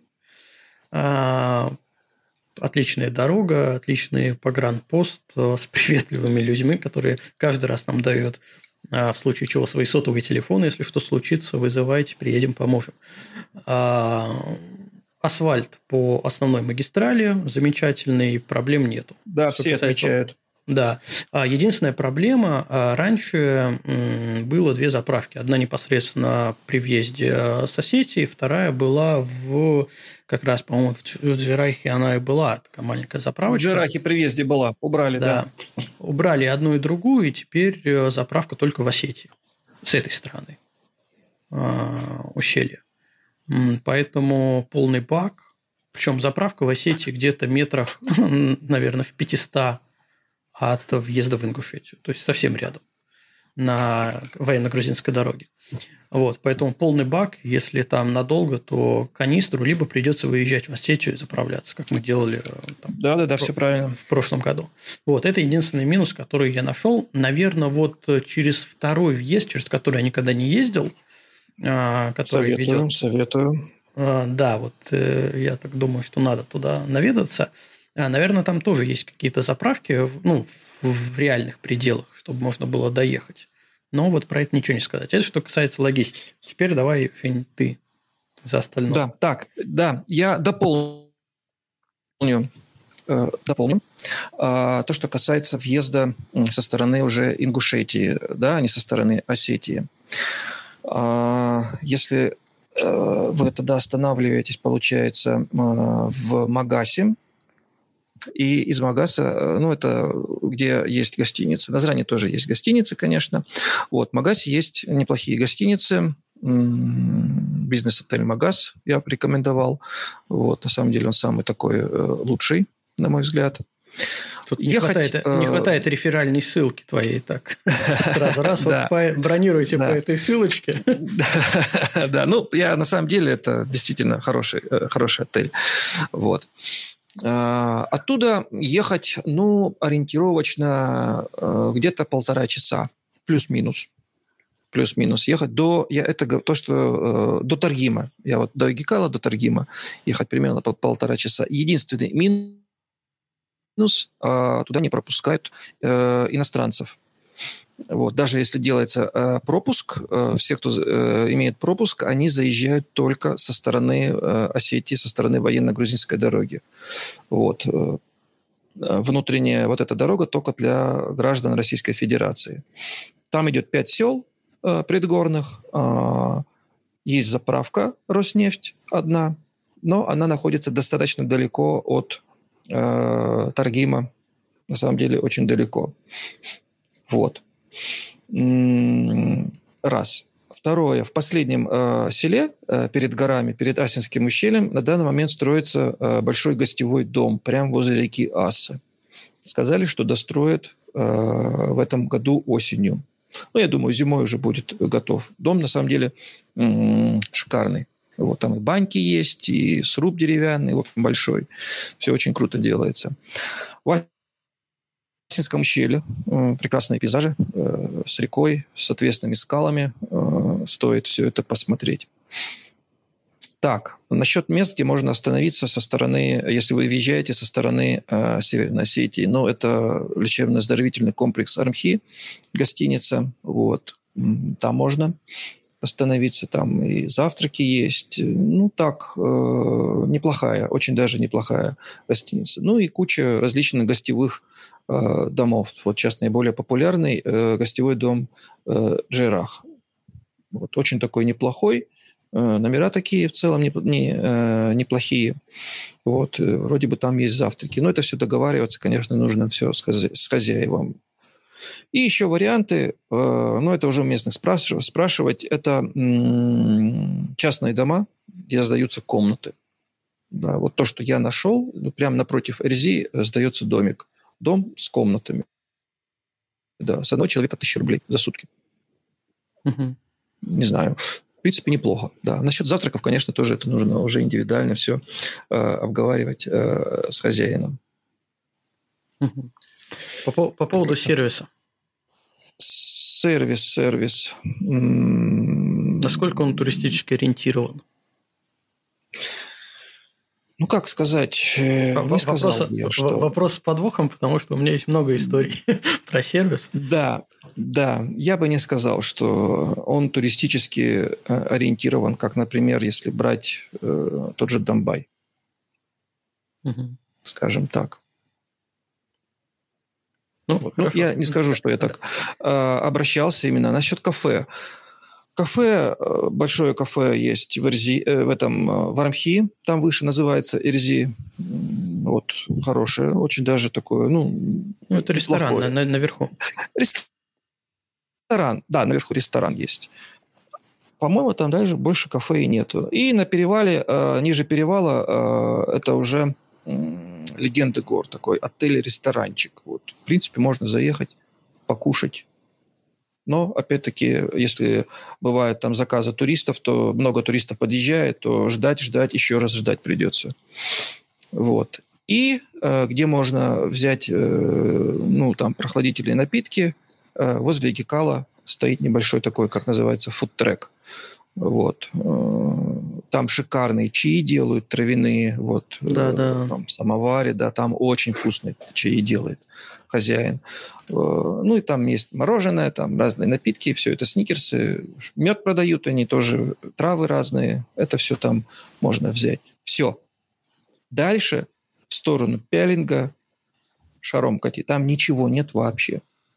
Отличная дорога, отличный погранпост с приветливыми людьми, которые каждый раз нам дают, в случае чего, свои сотовые телефоны. Если что случится, вызывайте, приедем, поможем. асфальт по основной магистрали замечательный, проблем нету. Да, Что все касается... отмечают. Да. Единственная проблема, раньше было две заправки. Одна непосредственно при въезде с Осетии, вторая была как раз, по-моему, в Джерахе она и была, такая маленькая заправочка. В Джерахе при въезде была, убрали, да. Убрали одну и другую, и теперь заправка только в Осетии, с этой стороны ущелья. Поэтому полный бак, причем заправка в Осетии где-то метрах, наверное, в 500 от въезда в Ингушетию, то есть совсем рядом, на военно-грузинской дороге. Вот, поэтому полный бак, если там надолго, то канистру, либо придется выезжать в Осетию и заправляться, как мы делали все правильно. В прошлом году. Вот, это единственный минус, который я нашел. Наверное, вот через второй въезд, через который я никогда не ездил, который Советую. Да, вот я так думаю, что надо туда наведаться. Наверное, там тоже есть какие-то заправки, в реальных пределах, чтобы можно было доехать. Но вот про это ничего не сказать. Это что касается логистики. Теперь давай, Фень, ты за остальное. Я дополню. То, что касается въезда со стороны уже Ингушетии, да, а не со стороны Осетии. Если вы тогда останавливаетесь, получается, в Магасе, и из Магаса, это где есть гостиницы. На Зране тоже есть гостиницы, конечно. Вот, в Магасе есть неплохие гостиницы. Бизнес-отель Магас я бы рекомендовал. Вот, на самом деле он самый такой лучший, на мой взгляд. Тут не хватает реферальной ссылки твоей, так. Сразу бронируйте по этой ссылочке. Да, я на самом деле это действительно хороший отель. Вот. Оттуда ехать, ориентировочно где-то 1,5 часа, плюс-минус. Ехать до Таргима. Я вот до Игикала, до Таргима ехать примерно 1,5 часа. Единственный минус, туда не пропускают иностранцев. Вот. Даже если делается пропуск, все, кто имеет пропуск, они заезжают только со стороны Осетии, со стороны военно-грузинской дороги. Вот. Внутренняя вот эта дорога только для граждан Российской Федерации. Там идет 5 сел предгорных, есть заправка Роснефть одна, но она находится достаточно далеко от Таргима, на самом деле очень далеко. Вот. Раз. Второе. В последнем селе перед горами, перед Асинским ущельем на данный момент строится большой гостевой дом прямо возле реки Асы. Сказали, что достроят в этом году осенью. Я думаю, зимой уже будет готов. Дом на самом деле шикарный. Вот там и баньки есть, и сруб деревянный, большой. Все очень круто делается. В Асинском ущелье прекрасные пейзажи с рекой, с отвесными скалами. Стоит все это посмотреть. Так, насчет мест, где можно остановиться со стороны, если вы въезжаете со стороны Северной Осетии. Это лечебно-оздоровительный комплекс Армхи, гостиница. Вот. Там можно остановиться, там и завтраки есть. Неплохая, очень даже неплохая гостиница. И куча различных гостевых домов. Вот сейчас наиболее популярный гостевой дом Джерах. Вот, очень такой неплохой. Номера такие в целом неплохие. Вот, вроде бы там есть завтраки. Но это все договариваться, конечно, нужно все с хозяевом. И еще варианты, это уже у местных спрашивать, это частные дома, где сдаются комнаты. Да, вот то, что я нашел, прямо напротив Эрзи сдается домик. Дом с комнатами. Да, с одного человека 1000 рублей за сутки. Угу. Не знаю. В принципе, неплохо. Да. Насчет завтраков, конечно, тоже это нужно уже индивидуально все обговаривать с хозяином. Угу. По поводу сервиса. Сервис. Насколько он туристически ориентирован? Как сказать? Не сказал бы я, что... Вопрос с подвохом, потому что у меня есть много историй про сервис. Да. Я бы не сказал, что он туристически ориентирован, как, например, если брать тот же Домбай. скажем так. Ну, я не скажу, что я так обращался именно насчет кафе. Кафе, большое кафе есть в Армхи, там выше называется Эрзи. Вот, хорошее, очень даже такое, это ресторан наверху. Ресторан, да, наверху ресторан есть. По-моему, там даже больше кафе и нету. И на перевале, ниже перевала, это уже Легенды гор, такой отель-ресторанчик. Вот. В принципе, можно заехать, покушать. Но, опять-таки, если бывают там заказы туристов, то много туристов подъезжает, то ждать, еще раз ждать придется. Вот. И где можно взять, там, прохладительные напитки, возле Гекала стоит небольшой такой, как называется, фудтрек. Вот. Там шикарные чаи делают, травяные, вот. Да. Там в самоваре, да, там очень вкусные чаи делает хозяин. И там есть мороженое, там разные напитки, все это сникерсы. Мед продают они тоже, травы разные. Это все там можно взять. Все. Дальше в сторону Пялинга шаром кати. Там ничего нет вообще.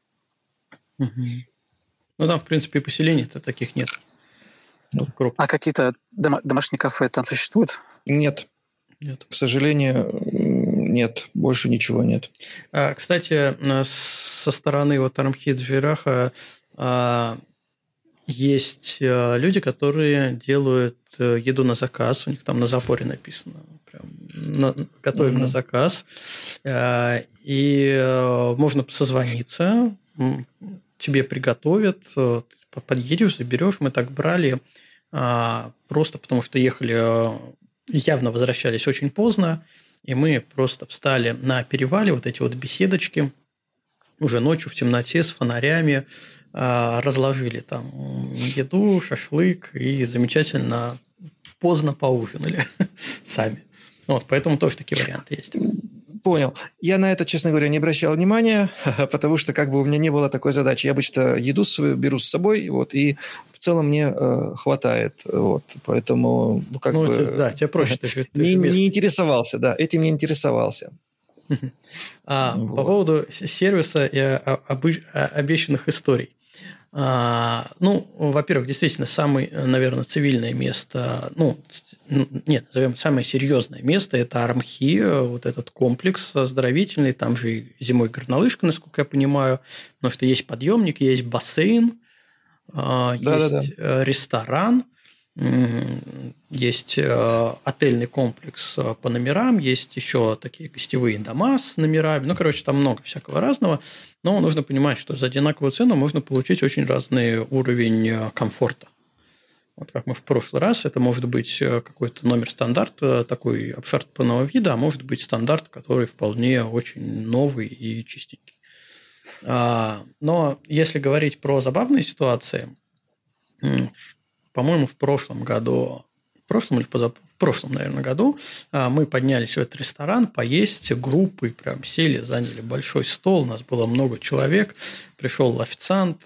Там, в принципе, и поселений-то таких нет. А какие-то домашние кафе там существуют? Нет. К сожалению, нет. Больше ничего нет. Кстати, со стороны вот Армхи-Джвираха есть люди, которые делают еду на заказ. У них там на запоре написано. Прям готовим на заказ. И можно созвониться. Тебе приготовят. Ты подъедешь, заберешь. Мы так брали просто потому, что ехали, явно возвращались очень поздно. И мы просто встали на перевале, вот эти вот беседочки, уже ночью в темноте с фонарями, разложили там еду, шашлык и замечательно поздно поужинали сами. Вот, поэтому тоже такие варианты есть. Понял. Я на это, честно говоря, не обращал внимания, потому что у меня не было такой задачи. Я обычно еду свою беру с собой, вот, и в целом мне хватает. Вот, поэтому, да, тебе проще. Не интересовался, да, этим не интересовался. По поводу сервиса и обещанных историй. Во-первых, действительно, самое, наверное, цивильное место, назовем самое серьезное место – это Армхи, вот этот комплекс оздоровительный, там же и зимой горнолыжка, насколько я понимаю, потому что есть подъемник, есть бассейн, есть ресторан, есть отельный комплекс по номерам, есть еще такие гостевые дома с номерами. Там много всякого разного. Но нужно понимать, что за одинаковую цену можно получить очень разный уровень комфорта. Вот как мы в прошлый раз, это может быть какой-то номер стандарт, такой обшарпанного вида, а может быть стандарт, который вполне очень новый и чистенький. Но если говорить про забавные ситуации, по-моему, в прошлом, наверное, году мы поднялись в этот ресторан поесть группой, прям сели, заняли большой стол, у нас было много человек, пришел официант,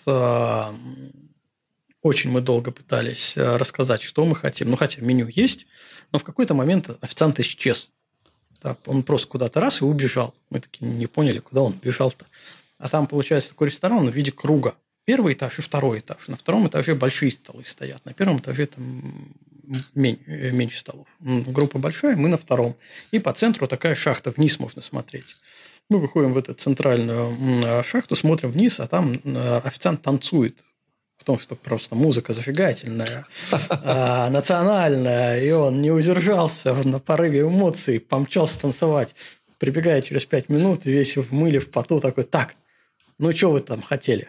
очень мы долго пытались рассказать, что мы хотим, хотя меню есть, но в какой-то момент официант исчез. Он просто куда-то раз и убежал. Мы таки не поняли, куда он бежал-то. А там, получается, такой ресторан в виде круга. Первый этаж и второй этаж. На втором этаже большие столы стоят. На первом этаже там меньше столов. Группа большая, мы на втором. И по центру такая шахта. Вниз можно смотреть. Мы выходим в эту центральную шахту, смотрим вниз, а там официант танцует. Потому что просто музыка зажигательная, национальная. И он не удержался на порыве эмоций, помчался танцевать. Прибегает через 5 минут, весь в мыле, в поту, такой: так, что вы там хотели?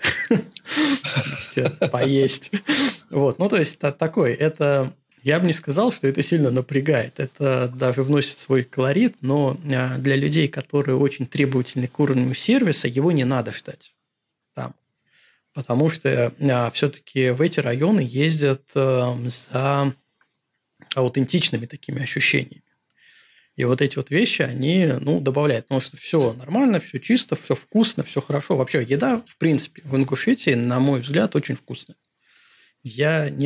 Поесть. Вот, то есть, такой, это, я бы не сказал, что это сильно напрягает. Это даже вносит свой колорит, но для людей, которые очень требовательны к уровню сервиса, его не надо ждать там. Потому что все-таки в эти районы ездят за аутентичными такими ощущениями. И вот эти вот вещи, они, добавляют. Потому что все нормально, все чисто, все вкусно, все хорошо. Вообще, еда, в принципе, в Ингушетии, на мой взгляд, очень вкусная. Я ни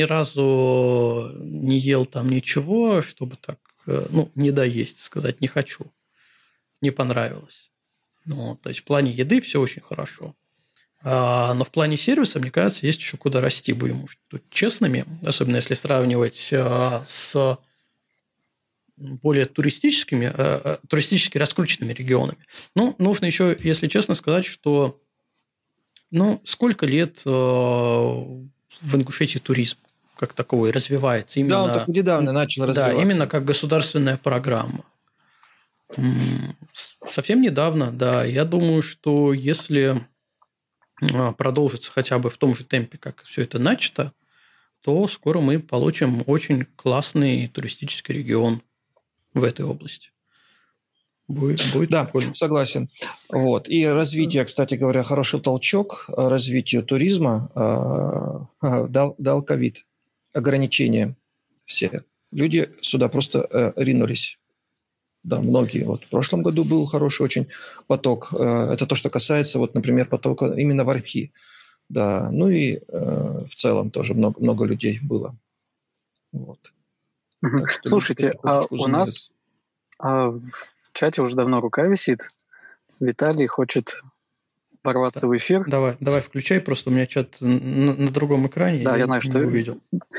разу не ел там ничего, чтобы так, не доесть, сказать не хочу. не понравилось. Ну, то есть в плане еды все очень хорошо. Но в плане сервиса, мне кажется, есть еще куда расти, будем тут честными, особенно если сравнивать с более туристически раскрученными регионами. Ну, нужно еще, если честно, сказать, что сколько лет в Ингушетии туризм как таковой развивается. Именно, да, он так недавно начал развиваться. Да, именно как государственная программа. Совсем недавно, да. Я думаю, что если продолжится хотя бы в том же темпе, как все это начато, то скоро мы получим очень классный туристический регион в этой области. Будет да, прикольно. Согласен. Вот. И развитие, кстати говоря, хороший толчок развитию туризма дал ковид. Ограничения все. Люди сюда просто ринулись. Да, многие. Вот в прошлом году был хороший очень поток. Это то, что касается, вот, например, потока именно в Архи. Да, ну и в целом тоже много людей было. Вот. Слушайте, у нас в чате уже давно рука висит. Виталий хочет ворваться в эфир. Давай включай, просто у меня чат на другом экране. Да, я знаю, что увидел.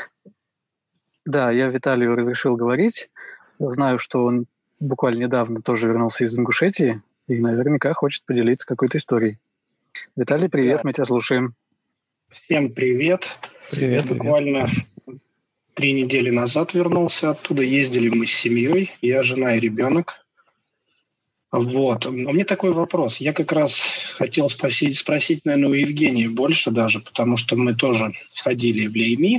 Да, я Виталию разрешил говорить. Знаю, что он буквально недавно тоже вернулся из Ингушетии и наверняка хочет поделиться какой-то историей. Виталий, привет, мы тебя слушаем. Всем привет. Привет. Буквально 3 недели назад вернулся оттуда. Ездили мы с семьей, я, жена и ребенок. Вот. У меня такой вопрос. Я как раз хотел спросить, наверное, у Евгения больше даже, потому что мы тоже ходили в Лейми.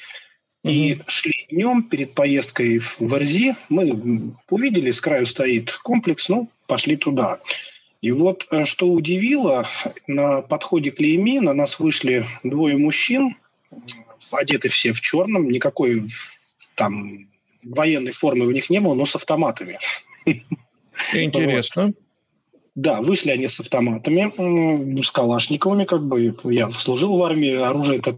И шли днем перед поездкой в Эрзи. Мы увидели, с краю стоит комплекс, пошли туда. И вот что удивило, на подходе к Лейми на нас вышли 2 мужчин, одеты все в черном, никакой там военной формы у них не было, но с автоматами. Интересно. Да, вышли они с автоматами, с калашниковыми, как бы. Я служил в армии, оружие это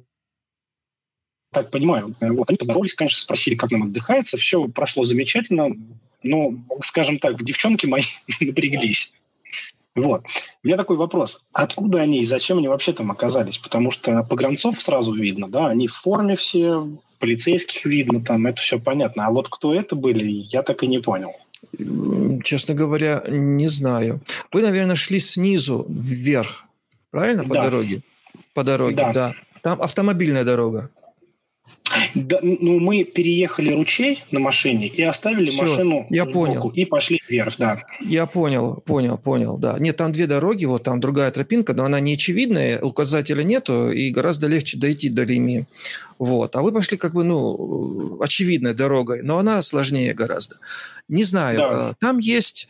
так понимаю. Вот. Они поздоровались, конечно, спросили, как нам отдыхается. Все прошло замечательно, но, скажем так, девчонки мои напряглись. Вот. У меня такой вопрос. Откуда они и зачем они вообще там оказались? Потому что погранцов сразу видно, да, они в форме все, полицейских видно, там это все понятно. А вот кто это были, я так и не понял. Честно говоря, не знаю. Вы, наверное, шли снизу вверх, правильно? По дороге? По дороге, да. Там автомобильная дорога. Да, мы переехали ручей на машине и оставили машину сбоку и пошли вверх, да. Я понял, да. Нет, там 2 дороги, вот там другая тропинка, но она не очевидная, указателя нету, и гораздо легче дойти до Лейми. Вот. А вы пошли как бы, очевидной дорогой, но она сложнее гораздо. Не знаю, да. Там есть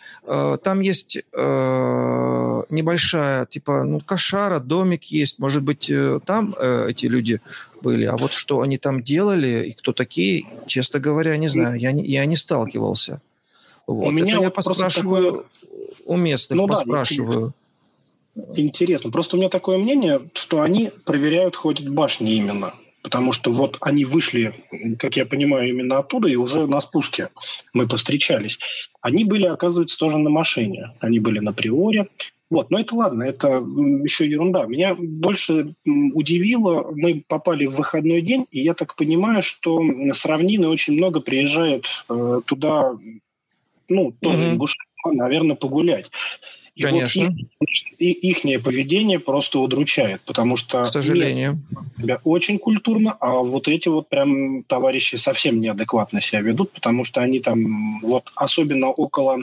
небольшая, типа, кошара, домик есть. Может быть, там эти люди были. А вот что они там делали и кто такие, честно говоря, не знаю. Я не сталкивался. Вот. У меня это я поспрашиваю у местных, поспрашиваю. Интересно. Просто у меня такое мнение, что они проверяют ходят башни именно. Потому что вот они вышли, как я понимаю, именно оттуда, и уже на спуске мы повстречались. Они были, оказывается, тоже на машине. Они были на Приоре. Вот, но это ладно, это еще ерунда. Меня больше удивило, мы попали в выходной день, и я так понимаю, что с равнины очень много приезжают туда, тоже ингуши, наверное, погулять. И конечно. Вот ихнее поведение просто удручает, потому что... К сожалению. Очень культурно, а вот эти вот прям товарищи совсем неадекватно себя ведут, потому что они там, вот особенно около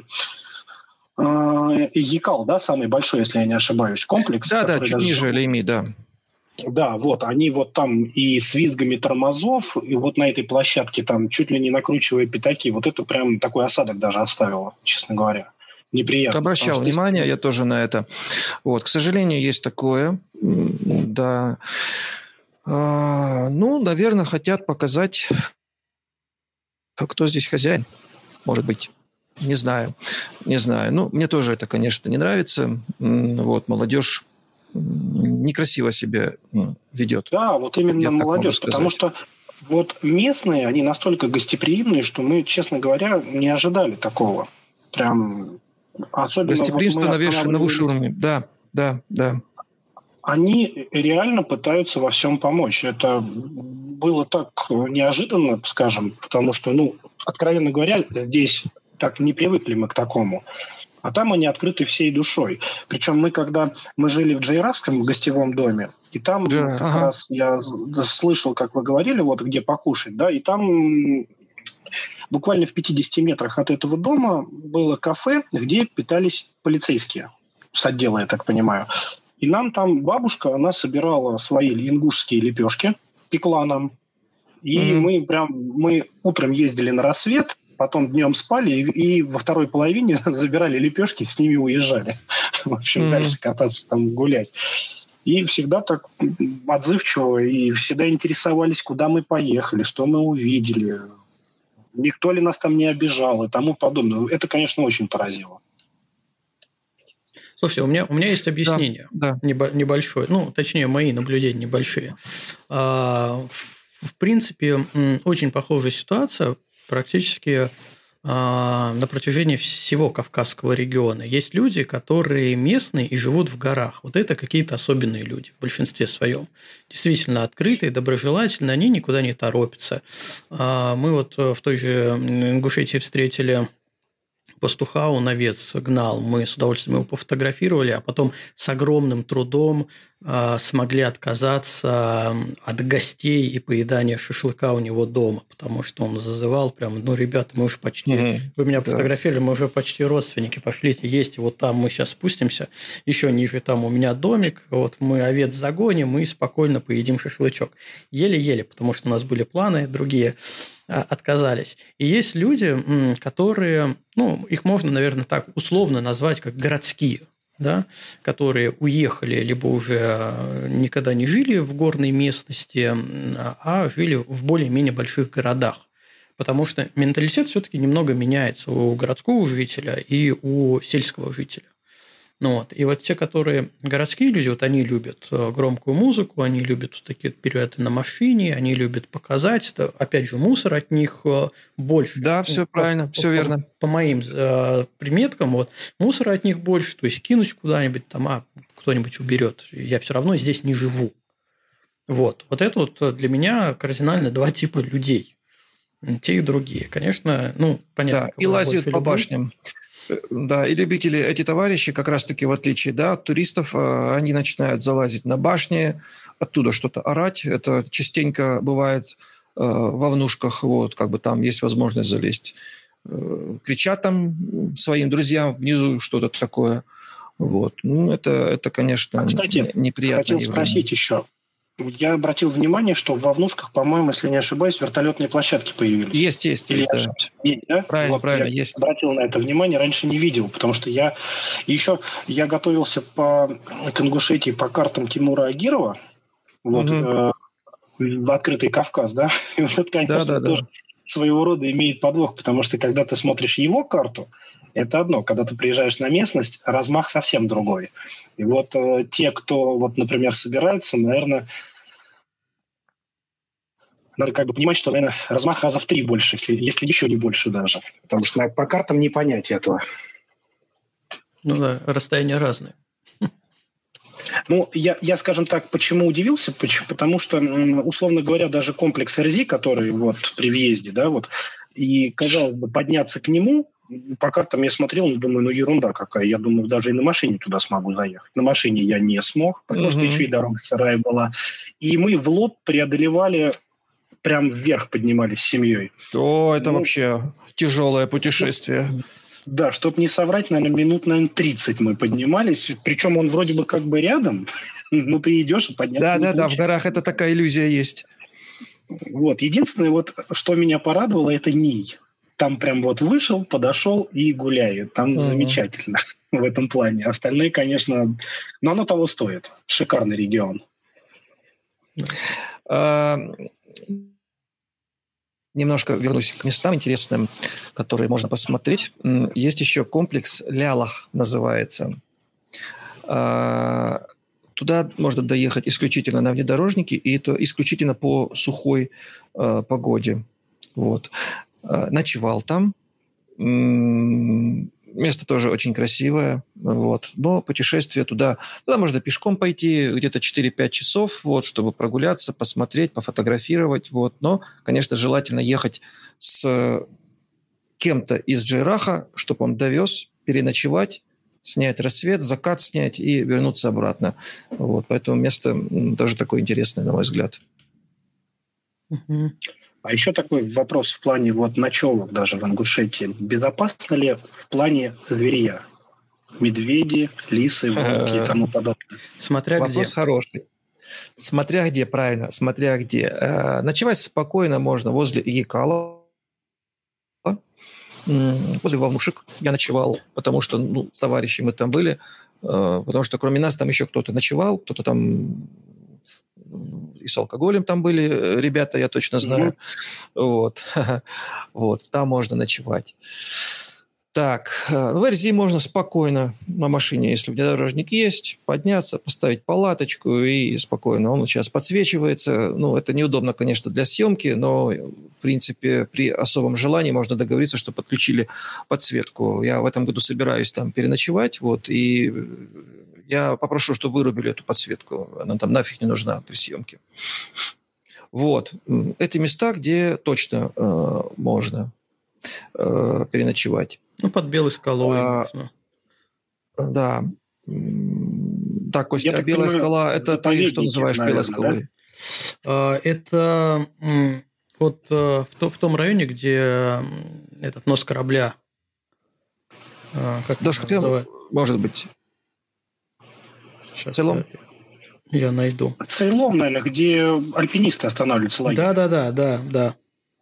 Якал, да, самый большой, если я не ошибаюсь, комплекс. Да, чуть ниже Лейми, да. Да, вот, они вот там и с визгами тормозов, и вот на этой площадке там чуть ли не накручивая пятаки, вот это прям такой осадок даже оставило, честно говоря. Неприятно. Обращал внимание я тоже на это. Вот, к сожалению, есть такое. Да. Наверное, хотят показать, кто здесь хозяин. Может быть. Не знаю. Мне тоже это, конечно, не нравится. Вот, молодежь некрасиво себя ведет. Да, вот именно молодежь. Потому что вот местные, они настолько гостеприимные, что мы, честно говоря, не ожидали такого. Прям... Особенно Гостеприимство вот мы на высшем останавливались. уровне. Да, да, да. Они реально пытаются во всем помочь. Это было так неожиданно, скажем, потому что, откровенно говоря, здесь так не привыкли мы к такому. А там они открыты всей душой. Причем когда мы жили в Джейравском гостевом доме, и там как раз я слышал, как вы говорили, вот где покушать, да, и там буквально в 50 метрах от этого дома было кафе, где питались полицейские с отдела, я так понимаю. И нам там бабушка, она собирала свои ингушские лепешки, пекла нам. И мы утром ездили на рассвет, потом днем спали, и во второй половине забирали лепешки, с ними уезжали. В общем, дальше кататься там, гулять. И всегда так отзывчиво, и всегда интересовались, куда мы поехали, что мы увидели, никто ли нас там не обижал и тому подобное. Это, конечно, очень поразило. Слушайте, у меня есть объяснение небольшое, точнее, мои наблюдения небольшие. В принципе, очень похожая ситуация практически на протяжении всего Кавказского региона. Есть люди, которые местные и живут в горах. Вот это какие-то особенные люди в большинстве своем. Действительно открытые, доброжелательные, они никуда не торопятся. Мы вот в той же Ингушетии встретили пастуха, он овец гнал, мы с удовольствием его пофотографировали, а потом с огромным трудом смогли отказаться от гостей и поедания шашлыка у него дома, потому что он зазывал прям, ребята, мы уже почти, вы меня фотографировали, мы уже почти родственники, пошлите есть, вот там мы сейчас спустимся, еще ниже там у меня домик, вот мы овец загоним и спокойно поедим шашлычок. Еле-еле, потому что у нас были планы другие, отказались. И есть люди, которые, их можно, наверное, так условно назвать, как городские, да, которые уехали, либо уже никогда не жили в горной местности, а жили в более-менее больших городах. Потому что менталитет все-таки немного меняется у городского жителя и у сельского жителя. И вот те, которые городские люди, вот они любят громкую музыку, они любят вот такие периоды на машине, они любят показать, опять же, мусор от них больше. Да, все правильно, все верно. По моим приметкам, мусора от них больше, то есть кинуть куда-нибудь там, кто-нибудь уберет, я все равно здесь не живу. Вот это для меня кардинально два типа людей, те и другие. Конечно, понятно. Да, и лазят по башням. Да, и любители, эти товарищи, как раз-таки в отличие от туристов, они начинают залазить на башни, оттуда что-то орать. Это частенько бывает во внушках, там есть возможность залезть. Кричат там своим друзьям внизу что-то такое. Это, конечно, кстати, неприятно. Хотел спросить еще. Я обратил внимание, что во внушках, по-моему, если не ошибаюсь, вертолетные площадки появились. Есть, да. Есть, да? Правильно, я есть. Обратил на это внимание, раньше не видел, потому что я готовился к Ингушетии по картам Тимура Агирова, «Открытый Кавказ», да? И это, конечно, тоже своего рода имеет подвох, потому что когда ты смотришь его карту, это одно. Когда ты приезжаешь на местность, размах совсем другой. И те, кто, например, собираются, наверное, надо понимать, что, наверное, размах раза в 3 больше, если еще не больше даже. Потому что по картам не понять этого. Расстояния разные. Я, скажем так, почему удивился? Потому что, условно говоря, даже комплекс РЗ, который при въезде, да, и, казалось бы, подняться к нему, по картам я смотрел, думаю, ерунда какая. Я думаю, даже и на машине туда смогу заехать. На машине я не смог, потому что еще и дорога сырая была. И мы в лоб преодолевали, прям вверх поднимались с семьей. Это вообще тяжелое путешествие. Да, чтобы не соврать, наверное, минут 30 мы поднимались. Причем он вроде бы как бы рядом, но ты идешь и подняться. Да, в горах это такая иллюзия есть. Единственное, что меня порадовало, это НИИ. Там прям вышел, подошел и гуляет. Там замечательно в этом плане. Остальные, конечно, но оно того стоит. Шикарный регион. Немножко вернусь к местам интересным, которые можно посмотреть. Есть еще комплекс Лялах называется. Туда можно доехать исключительно на внедорожнике, и это исключительно по сухой погоде. Ночевал там. место тоже очень красивое, вот. Но путешествие туда можно пешком пойти где-то 4-5 часов, вот, чтобы прогуляться, посмотреть, пофотографировать, вот. Но, конечно, желательно ехать с кем-то из Джейраха, чтобы он довез, переночевать, снять рассвет, закат снять и вернуться обратно. Вот. Поэтому место тоже такое интересное, на мой взгляд. А еще такой вопрос в плане вот ночевок даже в Ингушетии. Безопасно ли в плане зверья? Медведи, лисы, волки и тому подобное. Смотря где. Вопрос хороший. Смотря где, правильно, смотря где. Ночевать спокойно можно возле Игикала, возле Волнушек я ночевал, потому что, с товарищи мы там были, потому что кроме нас там еще кто-то ночевал, кто-то там и с алкоголем там были ребята, я точно знаю. Вот. Вот, там можно ночевать. Так, в Эрзии можно спокойно на машине, если внедорожник есть, подняться, поставить палаточку и спокойно. Он сейчас подсвечивается. Это неудобно, конечно, для съемки, но, в принципе, при особом желании можно договориться, что подключили подсветку. Я в этом году собираюсь там переночевать, вот, и я попрошу, что вырубили эту подсветку. Она там нафиг не нужна при съемке. Вот. Это места, где точно можно переночевать. Под Белой скалой. Да. Так, Костя, Белая скала, это ты что называешь, наверное, Белой скалой? Да? Это вот в том районе, где этот нос корабля. Как это может быть. Сейчас Цейлон? Я найду. Цейлон, наверное, где альпинисты останавливаются лагерь. Да.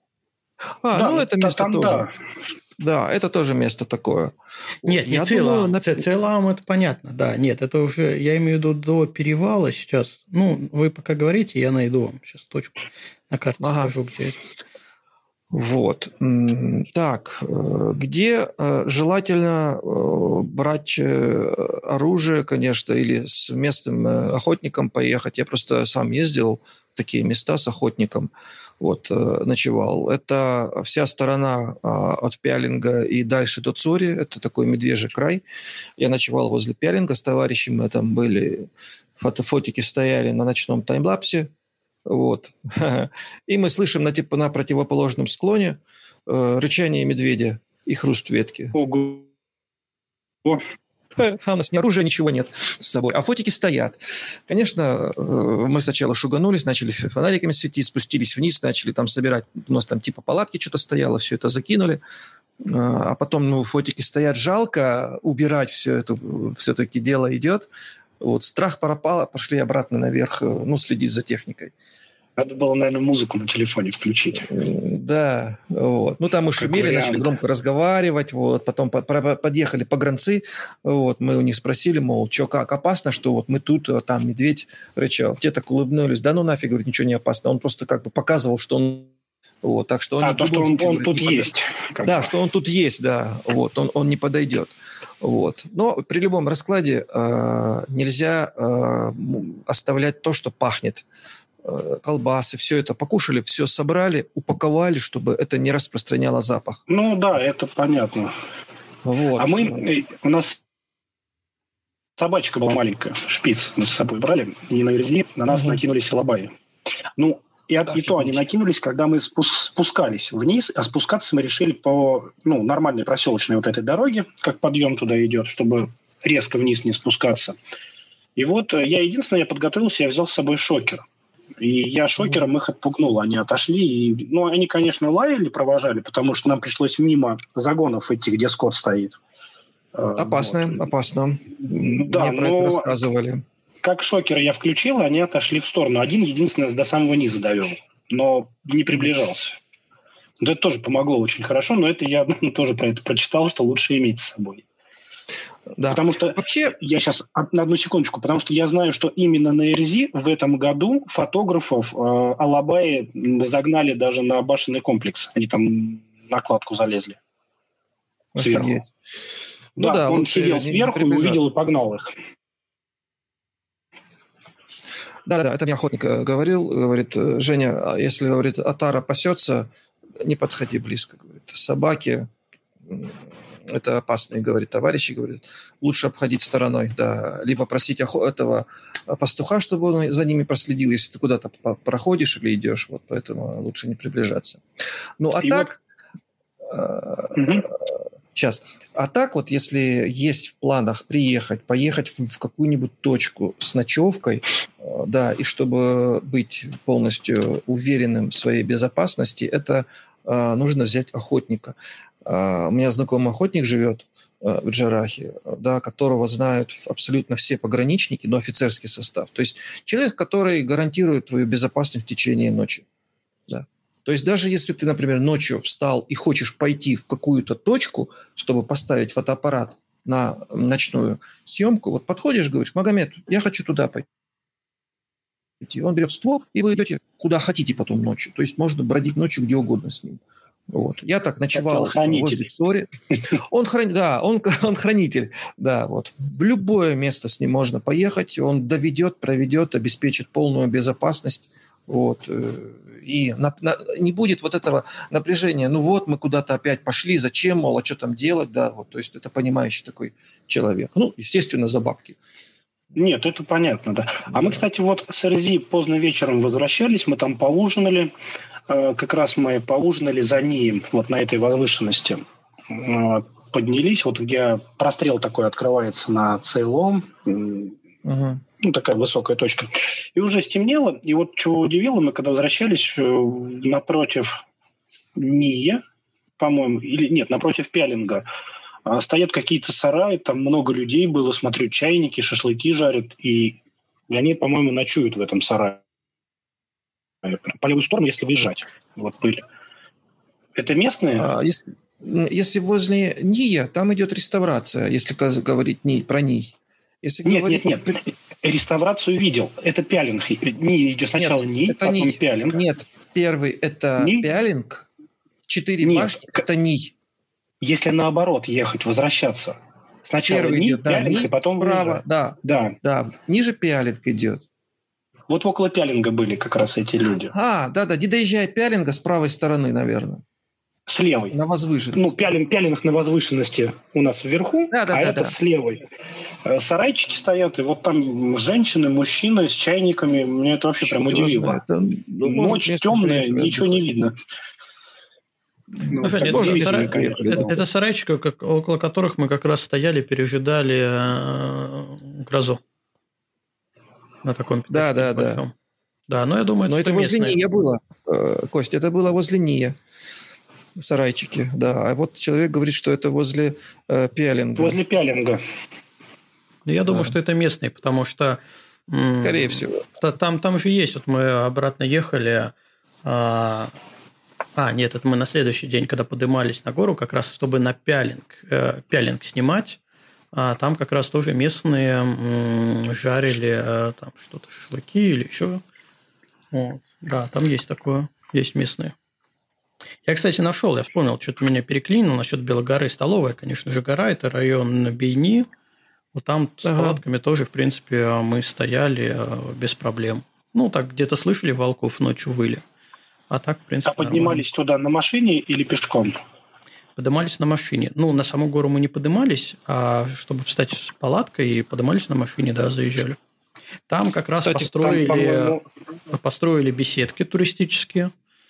Это место там, тоже. Да, это тоже место такое. Нет, не Цейлон. Цейлон это понятно, да. Нет, это уже, я имею в виду до перевала сейчас. Вы пока говорите, я найду вам сейчас точку на карте скажу, где это. Вот. Так, где желательно брать оружие, конечно, или с местным охотником поехать. Я просто сам ездил в такие места с охотником, вот, ночевал. Это вся сторона от Пялинга и дальше до Цори, это такой медвежий край. Я ночевал возле Пялинга с товарищем, мы там были, фотики стояли на ночном таймлапсе. Вот. И мы слышим на противоположном склоне рычание медведя и хруст ветки. Ого. А у нас ни оружия, ничего нет с собой. А фотики стоят. Конечно, мы сначала шуганулись, начали фонариками светить, спустились вниз, начали там собирать. У нас там типа палатки что-то стояло, все это закинули. А потом, фотики стоят, жалко убирать все это. Все-таки дело идет. Вот, страх пропал, пошли обратно наверх, следить за техникой. Надо было, наверное, музыку на телефоне включить. Да, вот. Там мы шумели, начали громко разговаривать, вот. Потом подъехали погранцы, вот. Мы у них спросили, мол, что, как, опасно, что вот мы тут, а там медведь рычал. Те так улыбнулись, да нафиг, говорит, ничего не опасно. Он просто как бы показывал, что он... Вот, так что он что он тут есть. Да, что он тут есть, да, вот, он не подойдет. Вот. Но при любом раскладе нельзя оставлять то, что пахнет. Колбасы, все это покушали, все собрали, упаковали, чтобы это не распространяло запах. Да, это понятно. Вот. А у нас собачка была маленькая, шпиц мы с собой брали, не на Эрзии, на нас накинулись алабаи. И то они накинулись, когда мы спускались вниз, а спускаться мы решили по нормальной проселочной вот этой дороге, как подъем туда идет, чтобы резко вниз не спускаться. И вот я подготовился, я взял с собой шокер. И я шокером их отпугнул, они отошли. Они, конечно, лаяли, провожали, потому что нам пришлось мимо загонов идти, где скот стоит. Опасно. Да, мне про это рассказывали. Как шокер я включил, они отошли в сторону. Один, единственное, до самого низа довел, но не приближался. Это тоже помогло очень хорошо, но это я тоже про это прочитал, что лучше иметь с собой. Да. Потому что вообще я сейчас на одну секундочку, потому что я знаю, что именно на Эрзи в этом году фотографов алабаи загнали даже на башенный комплекс. Они там на кладку залезли. Сверху. Он сидел сверху и увидел и погнал их. Да, это мне охотник говорил. Говорит, Женя, если, говорит, отара пасется, не подходи близко. Говорит, собаки это опасно, и говорит, товарищи говорят, лучше обходить стороной, да, либо просить этого пастуха, чтобы он за ними проследил, если ты куда-то проходишь или идешь, вот поэтому лучше не приближаться. Ну, а так... Сейчас. А так вот, если есть в планах поехать в какую-нибудь точку с ночевкой, да, и чтобы быть полностью уверенным в своей безопасности, это нужно взять охотника. У меня знакомый охотник живет в Джарахе, да, которого знают абсолютно все пограничники, но офицерский состав. То есть человек, который гарантирует твою безопасность в течение ночи. Да. То есть даже если ты, например, ночью встал и хочешь пойти в какую-то точку, чтобы поставить фотоаппарат на ночную съемку, вот подходишь, говоришь: Магомед, я хочу туда пойти. Он берет ствол, и вы идете куда хотите потом ночью. То есть можно бродить ночью где угодно с ним. Вот. Я так ночевал возле Цори. Он хранитель. Да, вот. В любое место с ним можно поехать. Он доведет, проведет, обеспечит полную безопасность. Вот. И не будет вот этого напряжения. Ну вот, мы куда-то опять пошли, зачем, мол, а что там делать? Да, вот. То есть это понимающий такой человек. Ну, естественно, за бабки. Нет, это понятно, да. А мы, кстати, вот с РЗ поздно вечером возвращались, мы там поужинали. Как раз мы поужинали за Нием, вот на этой возвышенности. Поднялись, вот где прострел такой открывается на Цейлом. Ну, такая высокая точка. И уже стемнело. И вот чего удивило, мы когда возвращались, напротив Ния, по-моему, или нет, напротив Пялинга, стоят какие-то сараи, там много людей было, смотрю, чайники, шашлыки жарят, и они, по-моему, ночуют в этом сарае. По левую сторону, если выезжать. Вот пыль. Это местные? Если возле Ния, там идет реставрация, если говорить про Ний. Нет. Реставрацию видел. Это Пялинг. Идет сначала Ний, потом Ний. Пялинг. Нет, первый это Ний? Пялинг. 4 башни – это Ний. Если наоборот ехать, возвращаться. Сначала первый Ний, идет, Пялинг, Ний, и потом справа. Да. Ниже Пялинг идет. Вот около Пялинга были как раз эти люди. Да. Не доезжая Пялинга с правой стороны, наверное. С левой. На возвышенности. Ну, Пялинг на возвышенности у нас вверху, это с левой. Сарайчики стоят, и вот там женщины, мужчины с чайниками. Меня это вообще прям удивило. Ночь темная, ничего не видно. Это сарайчики, около которых мы как раз стояли, пережидали грозу. На таком Да. Да, но я думаю, но это возле Ния было, Кость, это было возле Ния. Сарайчики, да. А вот человек говорит, что это возле Пялинга. Возле Пялинга. Я думаю, что это местные, потому что... Скорее всего. Там же есть. Вот мы обратно ехали... Нет, это мы на следующий день, когда поднимались на гору, как раз чтобы на Пялинг снимать, там как раз тоже местные жарили там что-то, шашлыки или еще. Вот. Да, там есть такое. Есть местные. Я, кстати, я вспомнил, что-то меня переклинило насчет Белой горы. Столовая, конечно же, гора, это район Бейни. Вот там с палатками тоже, в принципе, мы стояли без проблем. Ну, так где-то слышали волков ночью выли. А так, в принципе, поднимались туда на машине или пешком? Поднимались на машине. Ну, на саму гору мы не поднимались, а чтобы встать с палаткой, и поднимались на машине, да, заезжали. Там как раз построили беседки туристические.